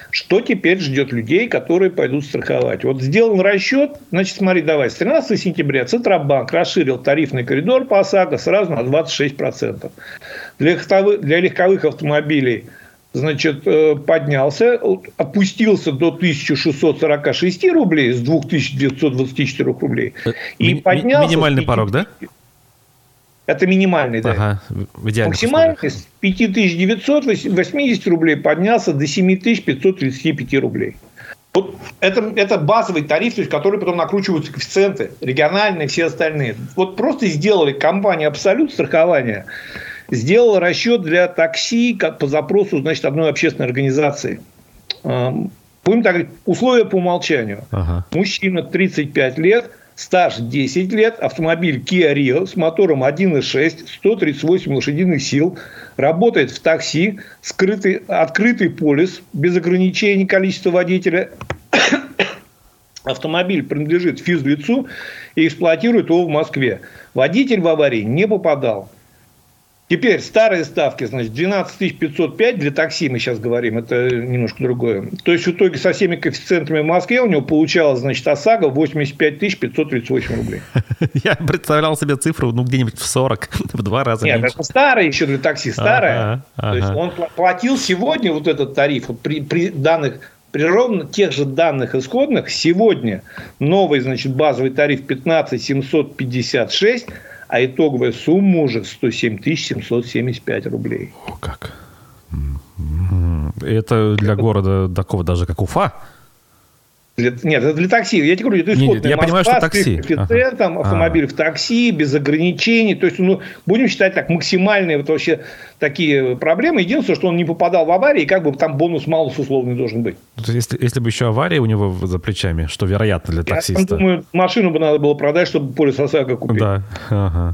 Speaker 2: Что теперь ждет людей, которые пойдут страховать? Вот сделан расчет, значит, смотри, давай, с тринадцатого сентября Центробанк расширил тарифный коридор по ОСАГО сразу на двадцать шесть процентов. Для легковых, для легковых автомобилей, значит, поднялся, опустился до тысяча шестьсот сорок шесть рублей с две тысячи девятьсот двадцать четыре рублей. И
Speaker 1: Ми-
Speaker 2: поднялся...
Speaker 1: Минимальный порог, да?
Speaker 2: Это минимальный, да.
Speaker 1: Ага, в идеальных
Speaker 2: максимальный
Speaker 1: условиях.
Speaker 2: с пять тысяч девятьсот восемьдесят рублей поднялся до семь тысяч пятьсот тридцать пять рублей. Вот это, это базовый тариф, то есть, который потом накручиваются коэффициенты, региональные, все остальные. Вот просто сделали компания «Абсолют» страхования, сделала расчет для такси как по запросу, значит, одной общественной организации. Будем так говорить, условия по умолчанию. Ага. Мужчина тридцать пять лет, стаж десять лет, автомобиль Kia Rio с мотором один и шесть, сто тридцать восемь лошадиных сил, работает в такси, скрытый, открытый полис, без ограничений количества водителя. Автомобиль принадлежит физлицу и эксплуатирует его в Москве. Водитель в аварии не попадал. Теперь старые ставки, значит, двенадцать тысяч пятьсот пять для такси, мы сейчас говорим, это немножко другое. То есть, в итоге со всеми коэффициентами в Москве у него получалось, значит, ОСАГО восемьдесят пять тысяч пятьсот тридцать восемь рублей.
Speaker 1: Я представлял себе цифру, ну, где-нибудь в сорок, в два раза
Speaker 2: Нет,
Speaker 1: меньше.
Speaker 2: это старая еще для такси, старая.
Speaker 1: Ага, ага.
Speaker 2: То есть, он платил сегодня вот этот тариф, вот при, при данных, при ровно тех же данных исходных, сегодня новый, значит, базовый тариф пятнадцать тысяч семьсот пятьдесят шесть, а итоговая сумма уже сто семь тысяч семьсот семьдесят пять рублей.
Speaker 1: О, как. Это для города такого даже, как Уфа?
Speaker 2: Для, нет, это для такси. Я тебе говорю, это исходная
Speaker 1: Москва, я понимаю, что такси.
Speaker 2: С коэффициентом, ага. Автомобиль ага. в такси, без ограничений. То есть, ну, будем считать так, максимальные вот вообще такие проблемы. Единственное, что он не попадал в аварии, и как бы там бонус-малус условный должен быть.
Speaker 1: Если, если бы еще авария у него за плечами, что вероятно для таксиста.
Speaker 2: Я думаю, машину бы надо было продать, чтобы полис ОСАГО купить.
Speaker 1: Да, ага.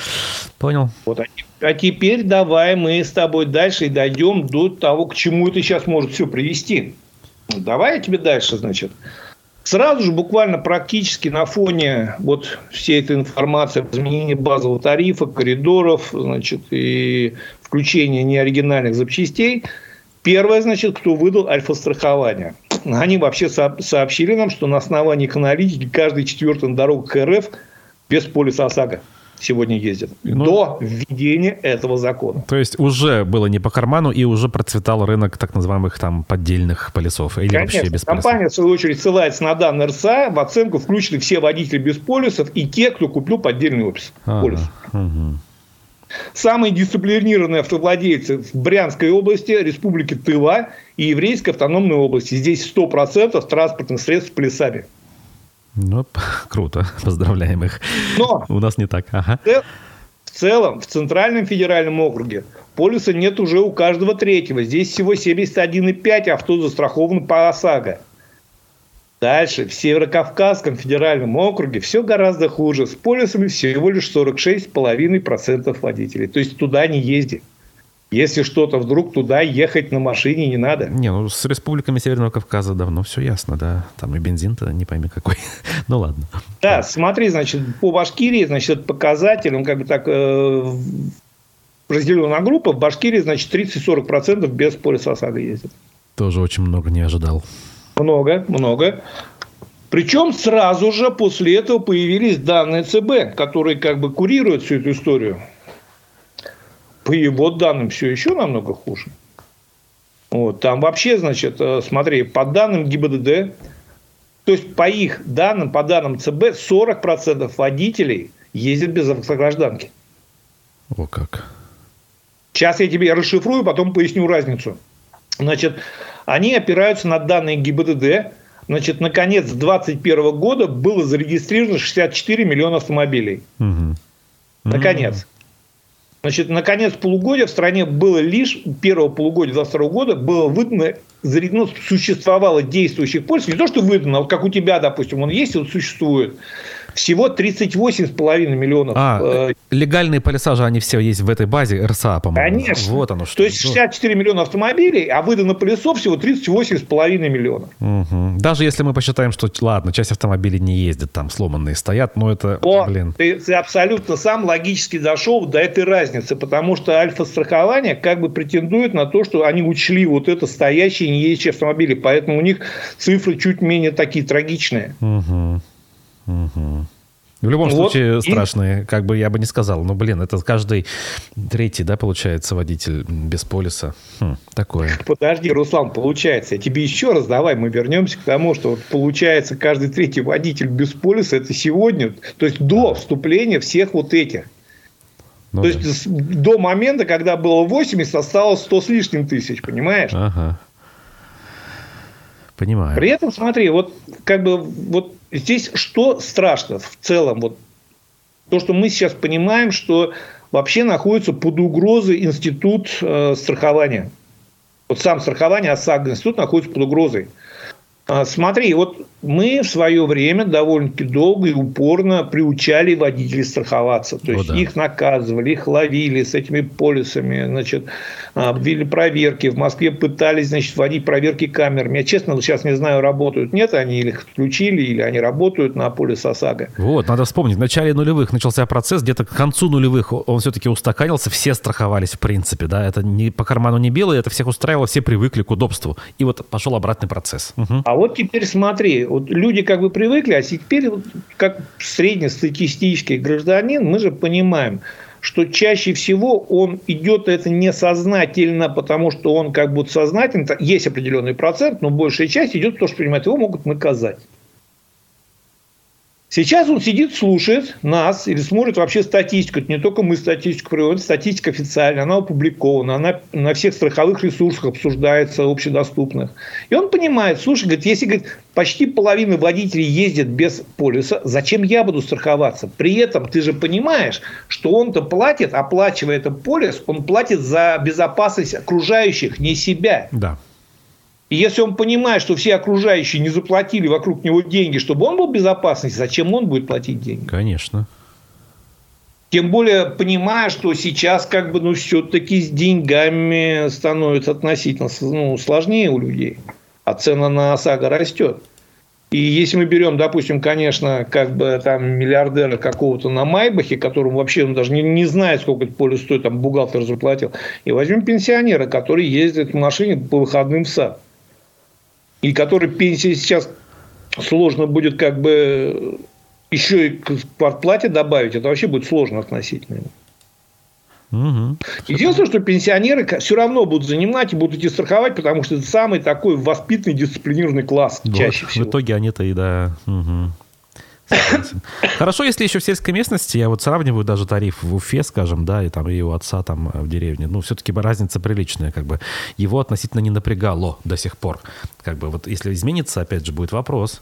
Speaker 1: Понял.
Speaker 2: Вот. А теперь давай мы с тобой дальше и дойдем до того, к чему это сейчас может все привести. Давай я тебе дальше, значит. Сразу же, буквально практически на фоне вот всей этой информации об изменении базового тарифа, коридоров, значит, и включения неоригинальных запчастей, первое, значит, кто выдал альфа-страхование. Они вообще сообщили нам, что на основании их аналитики каждый четвертый на дорогах РФ без полиса ОСАГО сегодня ездит. Ну, до введения этого закона.
Speaker 1: То есть, уже было не по карману, и уже процветал рынок так называемых там поддельных полисов. Или
Speaker 2: Конечно.
Speaker 1: Вообще без
Speaker 2: Компания,
Speaker 1: полисов.
Speaker 2: в свою очередь, ссылается на данные эр эс а. В оценку включены все водители без полисов и те, кто купил поддельный полис. Ага. Угу. Самые дисциплинированные автовладельцы в Брянской области, Республике Тыва и Еврейской автономной области. Здесь сто процентов транспортных средств с полисами.
Speaker 1: Ну, круто. Поздравляем их. Но у нас не так. Ага.
Speaker 2: В целом, в Центральном федеральном округе полиса нет уже у каждого третьего. Здесь всего семьдесят один и пять авто застрахованы по ОСАГО. Дальше, в Северокавказском федеральном округе все гораздо хуже. С полисами всего лишь сорок шесть целых пять десятых процента водителей. То есть, туда не езди. Если что-то вдруг, туда ехать на машине не надо.
Speaker 1: Не, ну с республиками Северного Кавказа давно все ясно, да. Там и бензин-то не пойми какой. Ну ладно.
Speaker 2: Да, смотри, значит, по Башкирии, значит, показатель, он как бы так э, разделен на группы. В Башкирии, значит, тридцать-сорок процентов без полиса ОСАГО ездит.
Speaker 1: Тоже очень много не ожидал.
Speaker 2: Много, много. Причем сразу же после этого появились данные ЦБ, которые как бы курируют всю эту историю. По его данным все еще намного хуже. Вот, там вообще, значит, смотри, по данным ГИБДД, то есть по их данным, по данным ЦБ, сорок процентов водителей ездят без автогражданки.
Speaker 1: О как.
Speaker 2: Сейчас я тебе расшифрую, потом поясню разницу. Значит, они опираются на данные ГИБДД. Значит, на конец две тысячи двадцать первого года было зарегистрировано шестьдесят четыре миллиона автомобилей. Угу. Наконец. Значит, на конец полугодия в стране было лишь, первого полугодия двадцать второго года было выдано, ну, существовало действующих полисов, не то, что выдано, а вот как у тебя, допустим, он есть, он существует, всего тридцать восемь целых пять десятых миллионов.
Speaker 1: А, легальные полиса же, они все есть в этой базе эр эс а, по-моему.
Speaker 2: Конечно.
Speaker 1: Вот оно что.
Speaker 2: То есть шестьдесят четыре миллиона автомобилей, а выдано полисов всего тридцать восемь с половиной миллионов.
Speaker 1: Угу. Даже если мы посчитаем, что, ладно, часть автомобилей не ездит, там сломанные стоят, но это,
Speaker 2: О,
Speaker 1: блин.
Speaker 2: Ты, ты абсолютно сам логически дошел до этой разницы, потому что альфа-страхование как бы претендует на то, что они учли вот это стоящие и не ездящие автомобили, поэтому у них цифры чуть менее такие трагичные.
Speaker 1: Угу. Угу. В любом вот случае, и... страшные, как бы я бы не сказал. Но, блин, это каждый третий, да, получается, водитель без полиса. Хм, такое.
Speaker 2: Подожди, Руслан, получается. Я тебе еще раз давай, мы вернемся к тому, что вот получается, каждый третий водитель без полиса, это сегодня, то есть до вступления всех вот этих. Ну, то да. есть до момента, когда было восемьдесят, осталось сто с лишним тысяч, понимаешь?
Speaker 1: Ага. Понимаю.
Speaker 2: При этом, смотри, вот как бы вот здесь что страшно в целом? Вот то, что мы сейчас понимаем, что вообще находится под угрозой институт э, страхования. Вот сам страхование, ОСАГО, институт находится под угрозой. А, смотри, вот мы в свое время довольно-таки долго и упорно приучали водителей страховаться. То есть, О, да. их наказывали, их ловили с этими полисами, значит, ввели проверки. В Москве пытались, значит, вводить проверки камерами. Я, честно, сейчас не знаю, работают, нет, они или их включили, или они работают на полис ОСАГО.
Speaker 1: Вот, надо вспомнить. В начале нулевых начался процесс, где-то к концу нулевых он все-таки устаканился, все страховались в принципе, да, это не по карману не белое, это всех устраивало, все привыкли к удобству. И вот пошел обратный процесс. Угу.
Speaker 2: А вот теперь смотри, вот люди как бы привыкли, а теперь, вот, как среднестатистический гражданин, мы же понимаем, что чаще всего он идет это несознательно, потому что он как будто сознательно, есть определенный процент, но большая часть идет потому, что понимает, его могут наказать. Сейчас он сидит, слушает нас или смотрит вообще статистику. Это не только мы статистику приводим, статистика официальная, она опубликована, она на всех страховых ресурсах обсуждается, общедоступных. И он понимает, слушай, говорит, если говорит, почти половина водителей ездит без полиса, зачем я буду страховаться? При этом ты же понимаешь, что он-то платит, оплачивая этот полис, он платит за безопасность окружающих, не себя.
Speaker 1: Да.
Speaker 2: И если он понимает, что все окружающие не заплатили вокруг него деньги, чтобы он был в безопасности, зачем он будет платить деньги?
Speaker 1: Конечно.
Speaker 2: Тем более, понимая, что сейчас как бы, ну, все-таки с деньгами становится относительно ну, сложнее у людей. А цена на ОСАГО растет. И если мы берем, допустим, конечно, как бы там миллиардера какого-то на Майбахе, которому вообще он даже не, не знает, сколько это полис стоит, там бухгалтер заплатил, и возьмем пенсионера, который ездит в машине по выходным в сад. И который пенсии сейчас сложно будет как бы еще и к квартплате добавить, это вообще будет сложно относительно.
Speaker 1: Угу.
Speaker 2: Единственное, что пенсионеры все равно будут занимать и будут идти страховать, потому что это самый такой воспитанный, дисциплинированный класс вот, чаще всего.
Speaker 1: В итоге они-то и да... Угу. Хорошо, если еще в сельской местности, я вот сравниваю даже тариф в Уфе, скажем, да, и там и у отца там в деревне, ну, все-таки разница приличная, как бы, его относительно не напрягало до сих пор, как бы, вот если изменится, опять же, будет вопрос.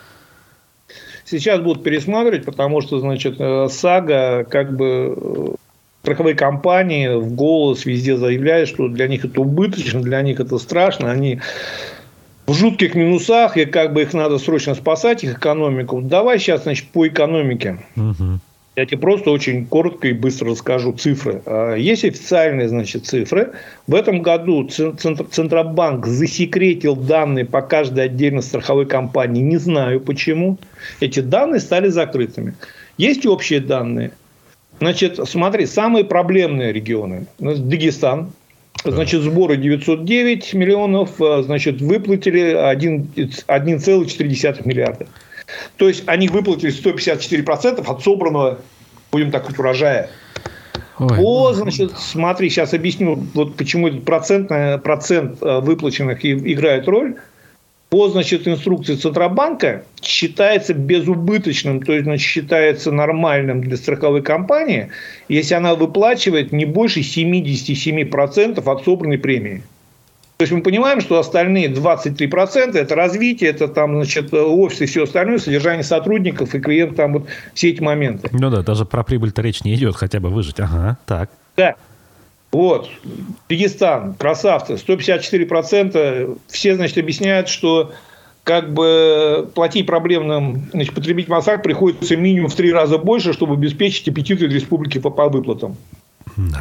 Speaker 2: Сейчас будут пересматривать, потому что, значит, САГО, как бы, страховые компании в голос везде заявляют, что для них это убыточно, для них это страшно, они... в жутких минусах, и как бы их надо срочно спасать, их экономику. Давай сейчас, значит, по экономике. Угу. Я тебе просто очень коротко и быстро расскажу цифры. Есть официальные, значит, цифры. В этом году Центробанк засекретил данные по каждой отдельно страховой компании. Не знаю почему. Эти данные стали закрытыми. Есть общие данные. Значит, смотри, самые проблемные регионы. Дагестан. Значит, сборы девятьсот девять миллионов, значит, выплатили один целых четыре десятых миллиарда. То есть, они выплатили сто пятьдесят четыре процента от собранного, будем так сказать, урожая. Ой. О, значит, смотри, сейчас объясню, вот почему этот процент, процент выплаченных играет роль. По, значит, инструкции Центробанка считается безубыточным, то есть, значит, считается нормальным для страховой компании, если она выплачивает не больше семьдесят семь процентов от собранной премии. То есть, мы понимаем, что остальные двадцать три процента это развитие, это там, значит, офис и все остальное, содержание сотрудников и клиентов, там вот все эти моменты.
Speaker 1: Ну да, даже про прибыль-то речь не идет, хотя бы выжить. Ага, так.
Speaker 2: Да. Вот, Дагестан, красавцы, сто пятьдесят четыре процента, все, значит, объясняют, что как бы платить проблемным, значит, потребителям ОСАГО приходится минимум в три раза больше, чтобы обеспечить аппетиты республики по, по выплатам. Да.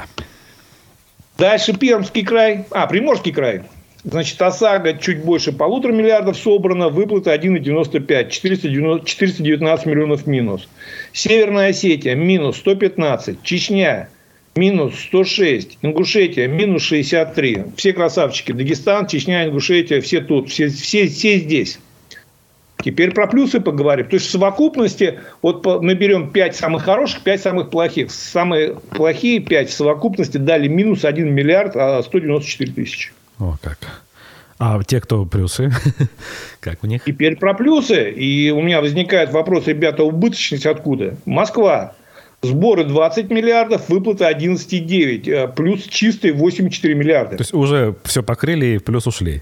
Speaker 2: Дальше Пермский край, а, Приморский край. Значит, ОСАГО чуть больше полутора миллиардов собрано, выплаты один целых девяносто пять сотых, четыреста девятнадцать миллионов минус. Северная Осетия минус сто пятнадцать, Чечня минус сто шесть, Ингушетия минус шестьдесят три. Все красавчики. Дагестан, Чечня, Ингушетия, все тут, все, все, все здесь. Теперь про плюсы поговорим. То есть в совокупности, вот мы берем пять самых хороших, пять самых плохих. Самые плохие пять в совокупности дали минус один миллиард сто девяносто четыре тысячи.
Speaker 1: О, как. А те, кто плюсы, как у них?
Speaker 2: Теперь про плюсы. И у меня возникает вопрос, ребята, убыточность откуда? Москва. Сборы двадцать миллиардов, выплаты одиннадцать целых девять. Плюс чистые восемь целых четыре миллиарда.
Speaker 1: То есть уже все покрыли и в плюс ушли?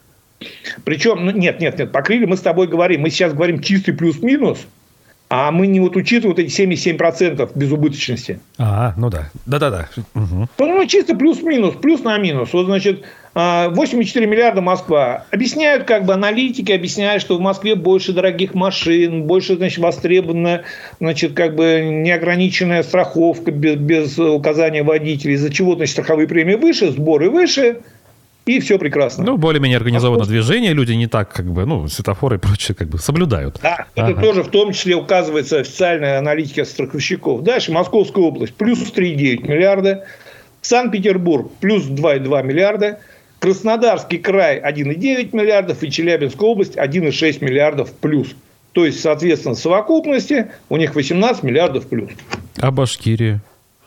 Speaker 2: Причем, ну, нет, нет, нет, покрыли, мы с тобой говорим. Мы сейчас говорим чистый плюс-минус. А мы не вот учитываем вот эти семьдесят семь процентов безубыточности.
Speaker 1: А, ну да. Да-да-да. Угу.
Speaker 2: Ну, чисто плюс-минус, плюс на минус. Вот, значит, восемь целых четыре четыре Москва. Объясняют, как бы, аналитики объясняют, что в Москве больше дорогих машин, больше, значит, востребована, значит, как бы, неограниченная страховка без, без указания водителей. Из-за чего, значит, страховые премии выше, сборы выше. И все прекрасно.
Speaker 1: Ну, более-менее организовано а движение, люди не так, как бы, ну, светофоры и прочее, как бы, соблюдают.
Speaker 2: Да, ага. Это тоже в том числе указывается официальная аналитика страховщиков. Дальше Московская область плюс три целых девять миллиарда, Санкт-Петербург плюс два целых два миллиарда, Краснодарский край один целых девять миллиардов и Челябинская область один целых шесть миллиардов плюс. То есть, соответственно, в совокупности у них восемнадцать миллиардов плюс.
Speaker 1: А Башкирия?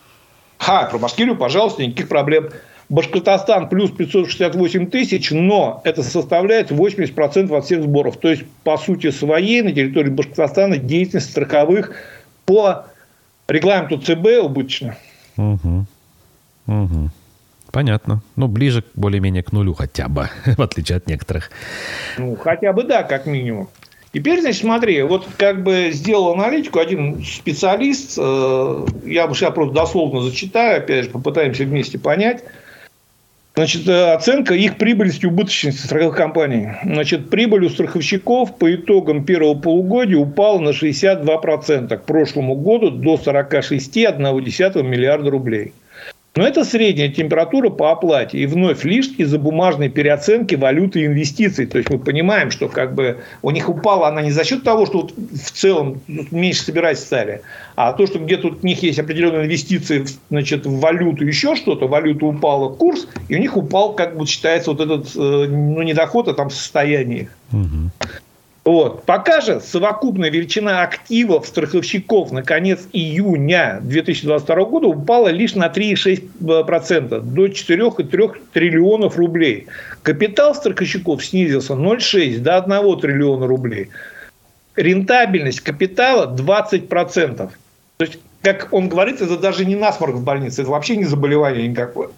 Speaker 2: Ха, про Башкирию, пожалуйста, никаких проблем. Башкортостан плюс пятьсот шестьдесят восемь тысяч, но это составляет восемьдесят процентов от всех сборов. То есть, по сути своей, на территории Башкортостана деятельность страховых по регламенту ЦБ убыточна.
Speaker 1: Угу. Угу. Понятно. Ну, ближе более-менее к нулю хотя бы, в отличие от некоторых.
Speaker 2: Ну, хотя бы да, как минимум. Теперь, значит, смотри, вот как бы сделал аналитику один специалист, э, я сейчас просто дословно зачитаю, опять же, попытаемся вместе понять. Значит, оценка их прибыльности и убыточности страховых компаний. Значит, прибыль у страховщиков по итогам первого полугодия упала на шестьдесят два процента к прошлому году до сорок шесть целых одна десятая миллиарда рублей. Но это средняя температура по оплате. И вновь лишь из-за бумажной переоценки валюты и инвестиций. То есть мы понимаем, что как бы у них упала она не за счет того, что вот в целом меньше собирать стали, а то, что где-то у них есть определенные инвестиции, значит, в валюту, еще что-то, валюта упала, курс, и у них упал, как бы считается, вот этот, ну, не доход, а там состояние их. Угу. Вот. Пока же совокупная величина активов страховщиков на конец июня две тысячи двадцать второго года упала лишь на три целых шесть десятых процента до четыре целых три десятых триллионов рублей. Капитал страховщиков снизился ноль целых шесть десятых до одного триллиона рублей. Рентабельность капитала двадцать процентов. То есть, как он говорит, это даже не насморк в больнице, это вообще не заболевание никакое.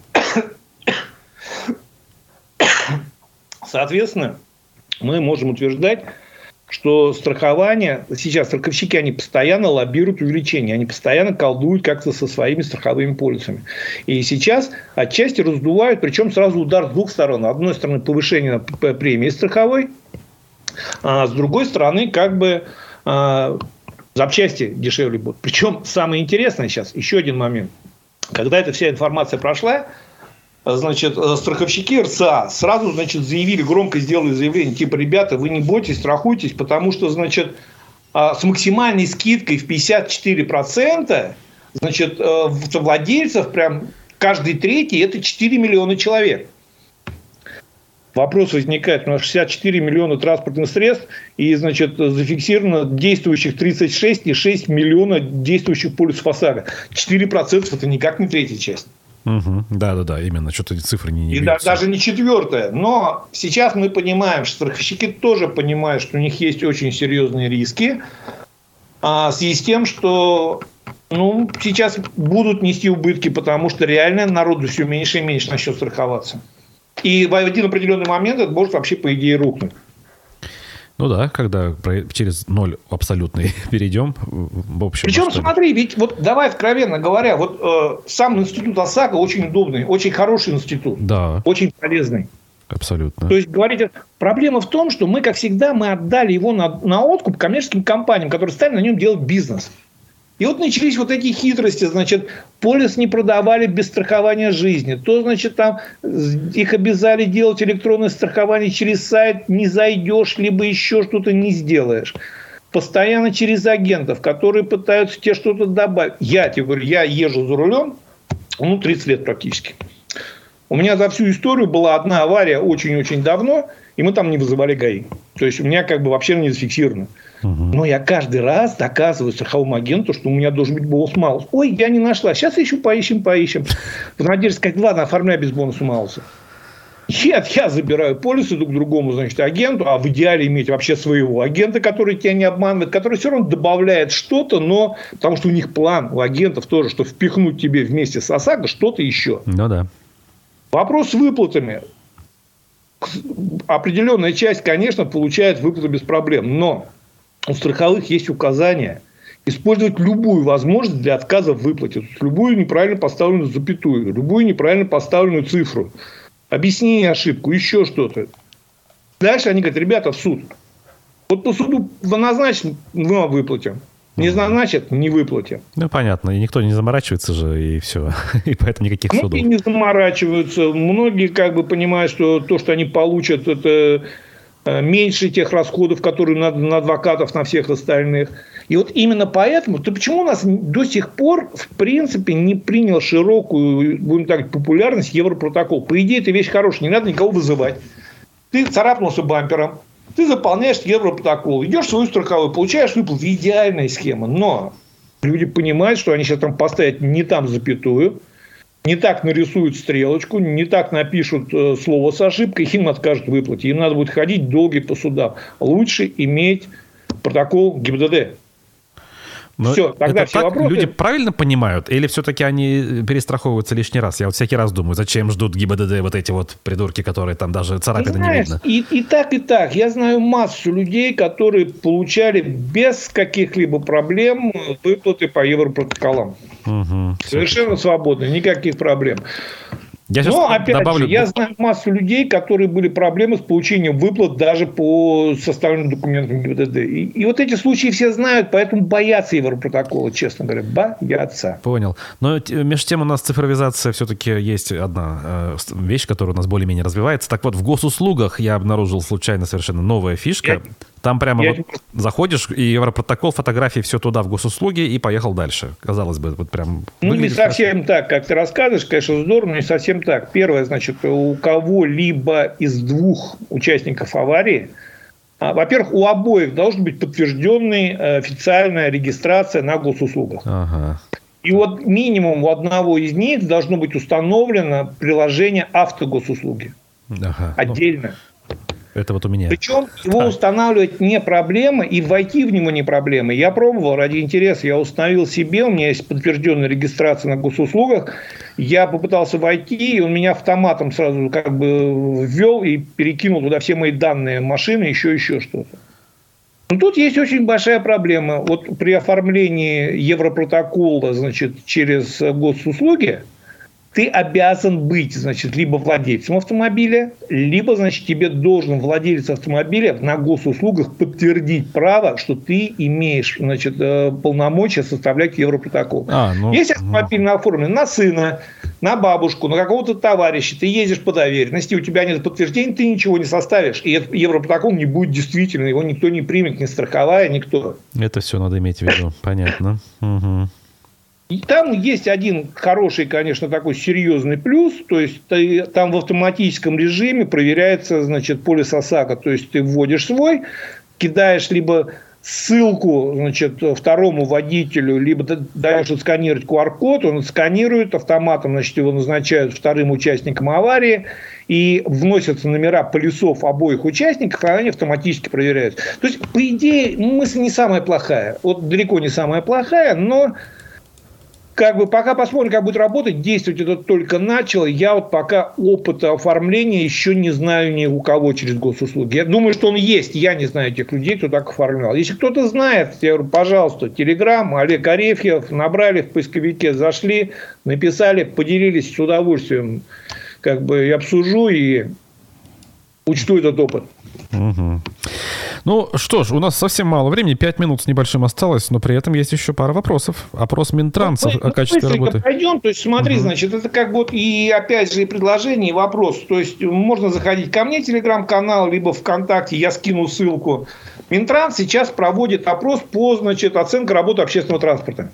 Speaker 2: Соответственно, мы можем утверждать, что страхование, сейчас страховщики, они постоянно лоббируют увеличение, они постоянно колдуют как-то со своими страховыми полисами. И сейчас отчасти раздувают, причем сразу удар с двух сторон. С одной стороны, повышение премии страховой, а с другой стороны, как бы а, запчасти дешевле будут. Причем самое интересное сейчас, еще один момент. Когда эта вся информация прошла, значит, страховщики РСА сразу, значит, заявили, громко сделали заявление, типа, ребята, вы не бойтесь, страхуйтесь, потому что, значит, с максимальной скидкой в пятьдесят четыре процента, значит, владельцев прям каждый третий, это четыре миллиона человек. Вопрос возникает, у нас шестьдесят четыре миллиона транспортных средств, и, значит, зафиксировано действующих тридцать шесть целых шесть десятых миллиона действующих полисов ОСАГО. четыре процента это никак не третья часть.
Speaker 1: Угу. Да, да, да, именно. Что-то эти цифры не, не
Speaker 2: И да, даже не четвертое. Но сейчас мы понимаем, что страховщики тоже понимают, что у них есть очень серьезные риски. А в связи с тем, что ну, сейчас будут нести убытки, потому что реально народу все меньше и меньше начнет страховаться. И в один определенный момент это может вообще, по идее, рухнуть.
Speaker 1: Ну да, когда через ноль абсолютный перейдем, в общем.
Speaker 2: Причем, смотри, ведь вот давай откровенно говоря, вот э, сам институт ОСАГО очень удобный, очень хороший институт,
Speaker 1: да.
Speaker 2: Очень полезный.
Speaker 1: Абсолютно.
Speaker 2: То есть, говорите, проблема в том, что мы, как всегда, мы отдали его на, на откуп коммерческим компаниям, которые стали на нем делать бизнес. И вот начались вот эти хитрости, значит, полис не продавали без страхования жизни, то, значит, там их обязали делать электронное страхование через сайт, не зайдешь, либо еще что-то не сделаешь. Постоянно через агентов, которые пытаются тебе что-то добавить. Я тебе говорю, я езжу за рулем, ну, тридцать лет практически. У меня за всю историю была одна авария очень-очень давно, и мы там не вызывали ГАИ. То есть, у меня как бы вообще не зафиксировано. Но я каждый раз доказываю страховому агенту, что у меня должен быть бонус-малус. Ой, я не нашла. Сейчас еще поищем, поищем. В надежде сказать, ладно, оформляй без бонуса-малуса. Нет, я забираю полис, иду к другому, значит, агенту, а в идеале иметь вообще своего агента, который тебя не обманывает, который все равно добавляет что-то, но потому что у них план, у агентов тоже, что впихнуть тебе вместе с ОСАГО что-то еще.
Speaker 1: Ну да.
Speaker 2: Вопрос с выплатами. Определенная часть, конечно, получает выплаты без проблем, но у страховых есть указания использовать любую возможность для отказа в выплате. Любую неправильно поставленную запятую, любую неправильно поставленную цифру. Объяснение ошибку, еще что-то. Дальше они говорят, ребята, в суд. Вот по суду назначим, мы вам выплатим. Не назначат, не выплатим.
Speaker 1: Ну, понятно. И никто не заморачивается же, и все. И поэтому никаких судов.
Speaker 2: Многие не заморачиваются. Многие как бы понимают, что то, что они получат, это меньше тех расходов, которые на, на адвокатов, на всех остальных. И вот именно поэтому, то почему у нас до сих пор, в принципе, не принял широкую, будем так говорить, популярность Европротокол? По идее, это вещь хорошая, не надо никого вызывать. Ты царапнулся бампером, ты заполняешь Европротокол, идешь в свою страховую, получаешь выплату. Идеальная схема. Но люди понимают, что они сейчас там поставят не там запятую, не так нарисуют стрелочку, не так напишут э, слово с ошибкой, им откажут в выплате. Им надо будет ходить долго по судам. Лучше иметь протокол ГИБДД.
Speaker 1: Но
Speaker 2: все, тогда
Speaker 1: это
Speaker 2: все
Speaker 1: так
Speaker 2: вопросы...
Speaker 1: люди правильно понимают? Или все-таки они перестраховываются лишний раз? Я вот всякий раз думаю, зачем ждут ГИБДД вот эти вот придурки, которые там даже царапины не видно?
Speaker 2: И, и так, и так. Я знаю массу людей, которые получали без каких-либо проблем выплаты по европротоколам.
Speaker 1: Угу,
Speaker 2: Совершенно свободно, никаких проблем.
Speaker 1: Я
Speaker 2: Но, опять
Speaker 1: добавлю...
Speaker 2: же, я знаю массу людей, которые были проблемы с получением выплат даже по составленным документам ГИБДД. И, и вот эти случаи все знают, поэтому боятся Европротокола, честно говоря. Боятся.
Speaker 1: Понял. Но между тем у нас цифровизация все-таки есть одна э, вещь, которая у нас более-менее развивается. Так вот, в госуслугах я обнаружил случайно совершенно новая фишка. Я... Там прямо я... вот заходишь, и Европротокол, фотографии, все туда, в госуслуги, и поехал дальше. Казалось бы, вот прям...
Speaker 2: Ну, не совсем хорошо. Так, как ты рассказываешь, конечно, здорово, не совсем так. Первое, значит, у кого-либо из двух участников аварии, во-первых, у обоих должна быть подтвержденная официальная регистрация на госуслугах.
Speaker 1: Ага.
Speaker 2: И вот минимум у одного из них должно быть установлено приложение автогосуслуги.
Speaker 1: Ага.
Speaker 2: Отдельно.
Speaker 1: Ну... Это вот у меня.
Speaker 2: Причем его а. устанавливать не проблема, и войти в него не проблема. Я пробовал ради интереса, я установил себе, у меня есть подтвержденная регистрация на госуслугах, я попытался войти, и он меня автоматом сразу как бы ввел и перекинул туда все мои данные машины, еще еще что-то. Но тут есть очень большая проблема. Вот при оформлении Европротокола, значит, через госуслуги, ты обязан быть, значит, либо владельцем автомобиля, либо, значит, тебе должен владелец автомобиля на госуслугах подтвердить право, что ты имеешь, значит, полномочия составлять Европротокол. А, ну, Если автомобиль ну... оформлен на сына, на бабушку, на какого-то товарища, ты ездишь по доверенности, у тебя нет подтверждения, ты ничего не составишь. И этот Европротокол не будет действительно, его никто не примет, ни страховая, никто.
Speaker 1: Это все надо иметь в виду, понятно. Угу.
Speaker 2: И там есть один хороший, конечно, такой серьезный плюс. То есть, ты, там в автоматическом режиме проверяется, значит, полис ОСАГО. То есть, ты вводишь свой, кидаешь либо ссылку, значит, второму водителю, либо даешь отсканировать ку ар код, он отсканирует, автоматом, значит, его назначают вторым участником аварии, и вносятся номера полисов обоих участников, и они автоматически проверяются. То есть, по идее, мысль не самая плохая. Вот далеко не самая плохая, но... Как бы пока посмотрим, как будет работать, действовать это только начало. Я вот пока опыта оформления еще не знаю ни у кого через госуслуги. Я думаю, что он есть. Я не знаю тех людей, кто так оформлял. Если кто-то знает, я говорю, пожалуйста, Телеграм, Олег Арефьев, набрали в поисковике, зашли, написали, поделились с удовольствием. Как бы я обсужу и учту этот опыт.
Speaker 1: Угу. Ну что ж, у нас совсем мало времени, пять минут с небольшим осталось, но при этом есть еще пара вопросов. Опрос Минтранса ну, о качестве работы.
Speaker 2: Пойдем, то есть смотри, угу. значит, это как вот и опять же и предложение, и вопрос. То есть можно заходить ко мне в телеграм-канал, либо ВКонтакте, я скину ссылку. Минтранс сейчас проводит опрос по, значит, оценке работы общественного транспорта.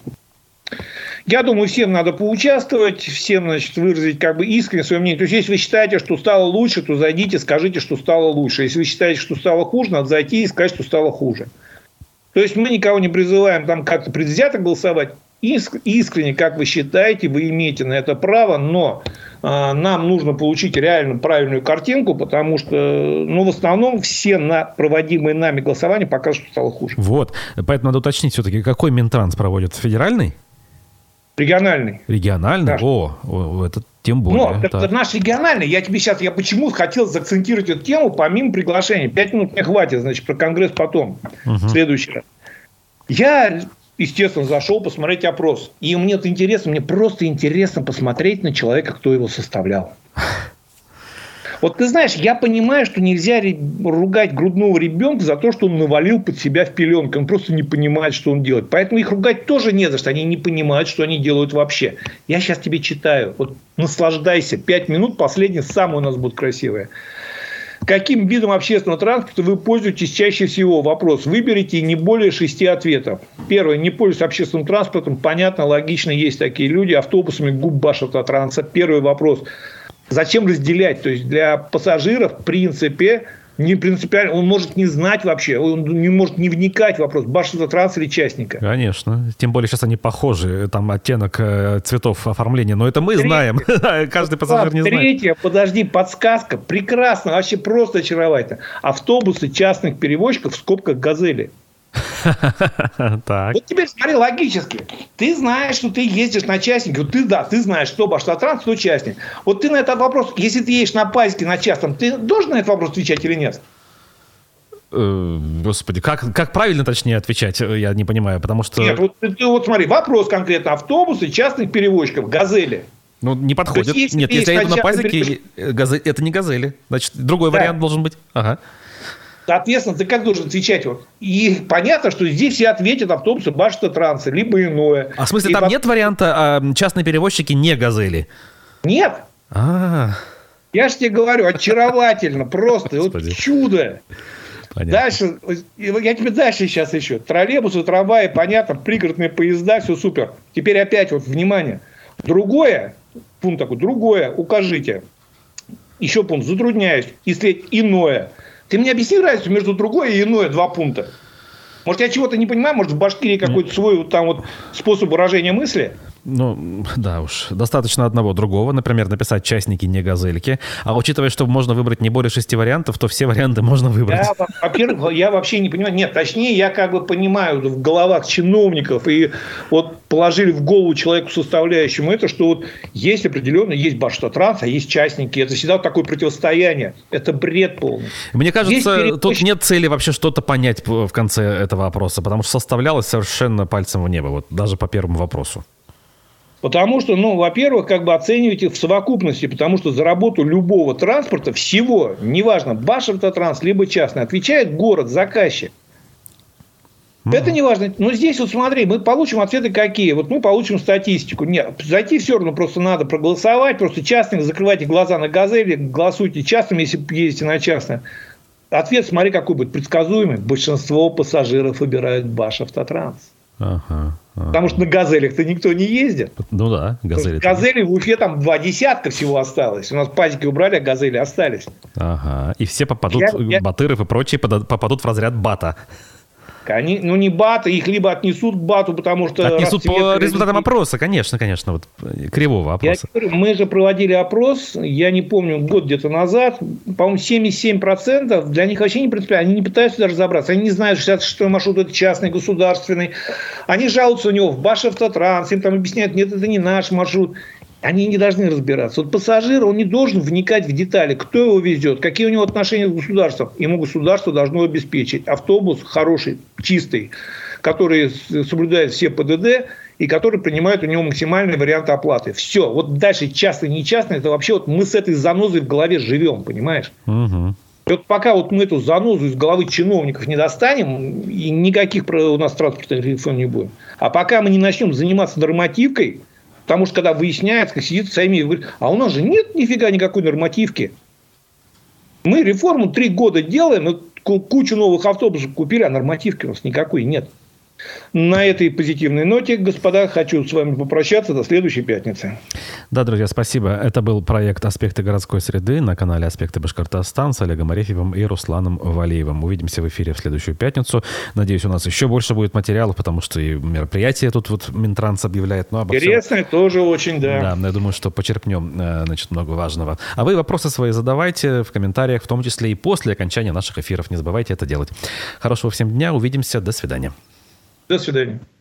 Speaker 2: Я думаю, всем надо поучаствовать, всем, значит, выразить как бы искренне свое мнение. То есть, если вы считаете, что стало лучше, то зайдите, скажите, что стало лучше. Если вы считаете, что стало хуже, надо зайти и сказать, что стало хуже. То есть, мы никого не призываем там как-то предвзято голосовать. Искренне, как вы считаете, вы имеете на это право, но э, нам нужно получить реально правильную картинку, потому что, ну, в основном все на проводимые нами голосования показывают, что стало хуже.
Speaker 1: Вот, поэтому надо уточнить все-таки, какой Минтранс проводит? Федеральный?
Speaker 2: Региональный.
Speaker 1: Региональный? Наш. О, о, это тем более.
Speaker 2: Но это наш региональный. Я тебе сейчас, я почему хотел заакцентировать эту тему помимо приглашения. Пять минут мне хватит, значит, про Конгресс потом. Угу. В следующий раз. Я, естественно, зашел посмотреть опрос. И мне это интересно, мне просто интересно посмотреть на человека, кто его составлял. Вот ты знаешь, я понимаю, что нельзя ругать грудного ребенка за то, что он навалил под себя в пеленку. Он просто не понимает, что он делает. Поэтому их ругать тоже не за что. Они не понимают, что они делают вообще. Я сейчас тебе читаю. Вот наслаждайся. Пять минут. Последние самые у нас будут красивые. Каким видом общественного транспорта вы пользуетесь чаще всего? Вопрос. Выберите не более шести ответов. Первое. Не пользуюсь общественным транспортом. Понятно, логично. Есть такие люди. Автобусами губаш автотранса. Первый вопрос. Зачем разделять? То есть, для пассажиров, в принципе, не принципиально. Он может не знать вообще. Он не может не вникать в вопрос, баш автотранс или частника.
Speaker 1: Конечно. Тем более, сейчас они похожи. Там оттенок цветов оформления. Но это мы Третье. знаем. Каждый пассажир не знает.
Speaker 2: Третье. Подожди. Подсказка. Прекрасно. Вообще просто очаровательно. Автобусы частных перевозчиков в скобках «Газели».
Speaker 1: Так.
Speaker 2: Вот теперь смотри логически. Ты знаешь, что ты ездишь на частнике. Вот ты, да, ты знаешь, что Башавтотранс, что частник. Вот ты на этот вопрос, если ты едешь на пазике на частном, ты должен на этот вопрос отвечать или нет?
Speaker 1: Господи, как, как правильно, точнее, отвечать, я не понимаю, потому что...
Speaker 2: Нет, вот, ты, вот смотри, вопрос конкретно. Автобусы частных перевозчиков, «Газели».
Speaker 1: Ну, не подходит.
Speaker 2: Есть,
Speaker 1: Нет, если я еду на пазике, газель, это не «Газели». Значит, другой да. вариант должен быть. Ага.
Speaker 2: Соответственно, ты как должен отвечать? Вот? И понятно, что здесь все ответят автобусы Башавтотранса, либо иное.
Speaker 1: А в смысле,
Speaker 2: и
Speaker 1: там
Speaker 2: по...
Speaker 1: нет варианта а, частные перевозчики не «Газели»?
Speaker 2: Нет.
Speaker 1: А-а-а.
Speaker 2: Я же тебе говорю, очаровательно, просто вот чудо. Понятно. Дальше, я тебе дальше сейчас еще. Троллейбусы, трамваи, понятно, пригородные поезда, все супер. Теперь опять вот, внимание. Другое, пункт такой, другое, укажите. Еще пункт, затрудняюсь, если иное. Ты мне объясни разницу между другое и иное, два пункта. Может, я чего-то не понимаю, может, в Башкирии какой-то свой вот, там вот способ выражения мысли?
Speaker 1: Ну, да уж. Достаточно одного другого. Например, написать «частники, не газельки». А учитывая, что можно выбрать не более шести вариантов, то все варианты можно выбрать.
Speaker 2: Я, во-первых, я вообще не понимаю. Нет, точнее, я как бы понимаю в головах чиновников и вот положили в голову человеку составляющему это, что вот есть определенно, есть Башавтотранс, а есть частники. Это всегда такое противостояние. Это бред полный.
Speaker 1: Мне кажется, перепущ... тут нет цели вообще что-то понять в конце этого опроса, потому что составлялось совершенно пальцем в небо, вот даже по первому вопросу.
Speaker 2: Потому что, ну, во-первых, как бы оцениваете в совокупности, потому что за работу любого транспорта всего, неважно, Башавтотранс, либо частный, отвечает город, заказчик. Mm-hmm. Это не важно. Но здесь вот смотри, мы получим ответы какие. Вот мы получим статистику. Нет, зайти все равно просто надо проголосовать. Просто частных, закрывайте глаза на «Газели», голосуйте частным, если ездите на частное. Ответ, смотри, какой будет предсказуемый. Большинство пассажиров выбирают Башавтотранс.
Speaker 1: Ага, ага.
Speaker 2: Потому что на «Газелях-то никто не ездит.
Speaker 1: Ну да, «Газели».
Speaker 2: «Газели» в Уфе там два десятка всего осталось. У нас пазики убрали, а «Газели» остались.
Speaker 1: Ага. И все попадут,
Speaker 2: я, я...
Speaker 1: Батыров и прочие попадут в разряд бата.
Speaker 2: Они, ну, не бата, их либо отнесут к бату, потому что...
Speaker 1: Отнесут по результатам опроса, конечно, конечно, вот кривого опроса.
Speaker 2: Я, мы же проводили опрос, я не помню, год где-то назад, по-моему, семьдесят семь процентов для них вообще не принципиально, они не пытаются даже разобраться, они не знают, шестьдесят шестой маршрут это частный, государственный, они жалуются у него в Башавтотранс, им там объясняют, нет, это не наш маршрут. Они не должны разбираться. Вот пассажир, он не должен вникать в детали, кто его везет, какие у него отношения с государством. Ему государство должно обеспечить автобус хороший, чистый, который соблюдает все ПДД и который принимает у него максимальный вариант оплаты. Все. Вот дальше частный, не частный, это вообще вот мы с этой занозой в голове живем, понимаешь?
Speaker 1: Угу.
Speaker 2: И вот пока вот мы эту занозу из головы чиновников не достанем, и никаких у нас транспортных реформ не будет. А пока мы не начнем заниматься нормативкой, потому что когда выясняется, сидит сами и говорит, а у нас же нет нифига никакой нормативки. Мы реформу три года делаем, кучу новых автобусов купили, а нормативки у нас никакой нет. На этой позитивной ноте, господа, хочу с вами попрощаться до следующей пятницы.
Speaker 1: Да, друзья, спасибо. Это был проект «Аспекты городской среды» на канале «Аспекты Башкортостан» с Олегом Арефьевым и Русланом Валеевым. Увидимся в эфире в следующую пятницу. Надеюсь, у нас еще больше будет материалов, потому что и мероприятия тут вот Минтранс объявляет. Но
Speaker 2: интересно, всем... тоже очень, да.
Speaker 1: Да, я думаю, что почерпнем, значит, много важного. А вы вопросы свои задавайте в комментариях, в том числе и после окончания наших эфиров. Не забывайте это делать. Хорошего всем дня. Увидимся. До свидания.
Speaker 2: До свидания.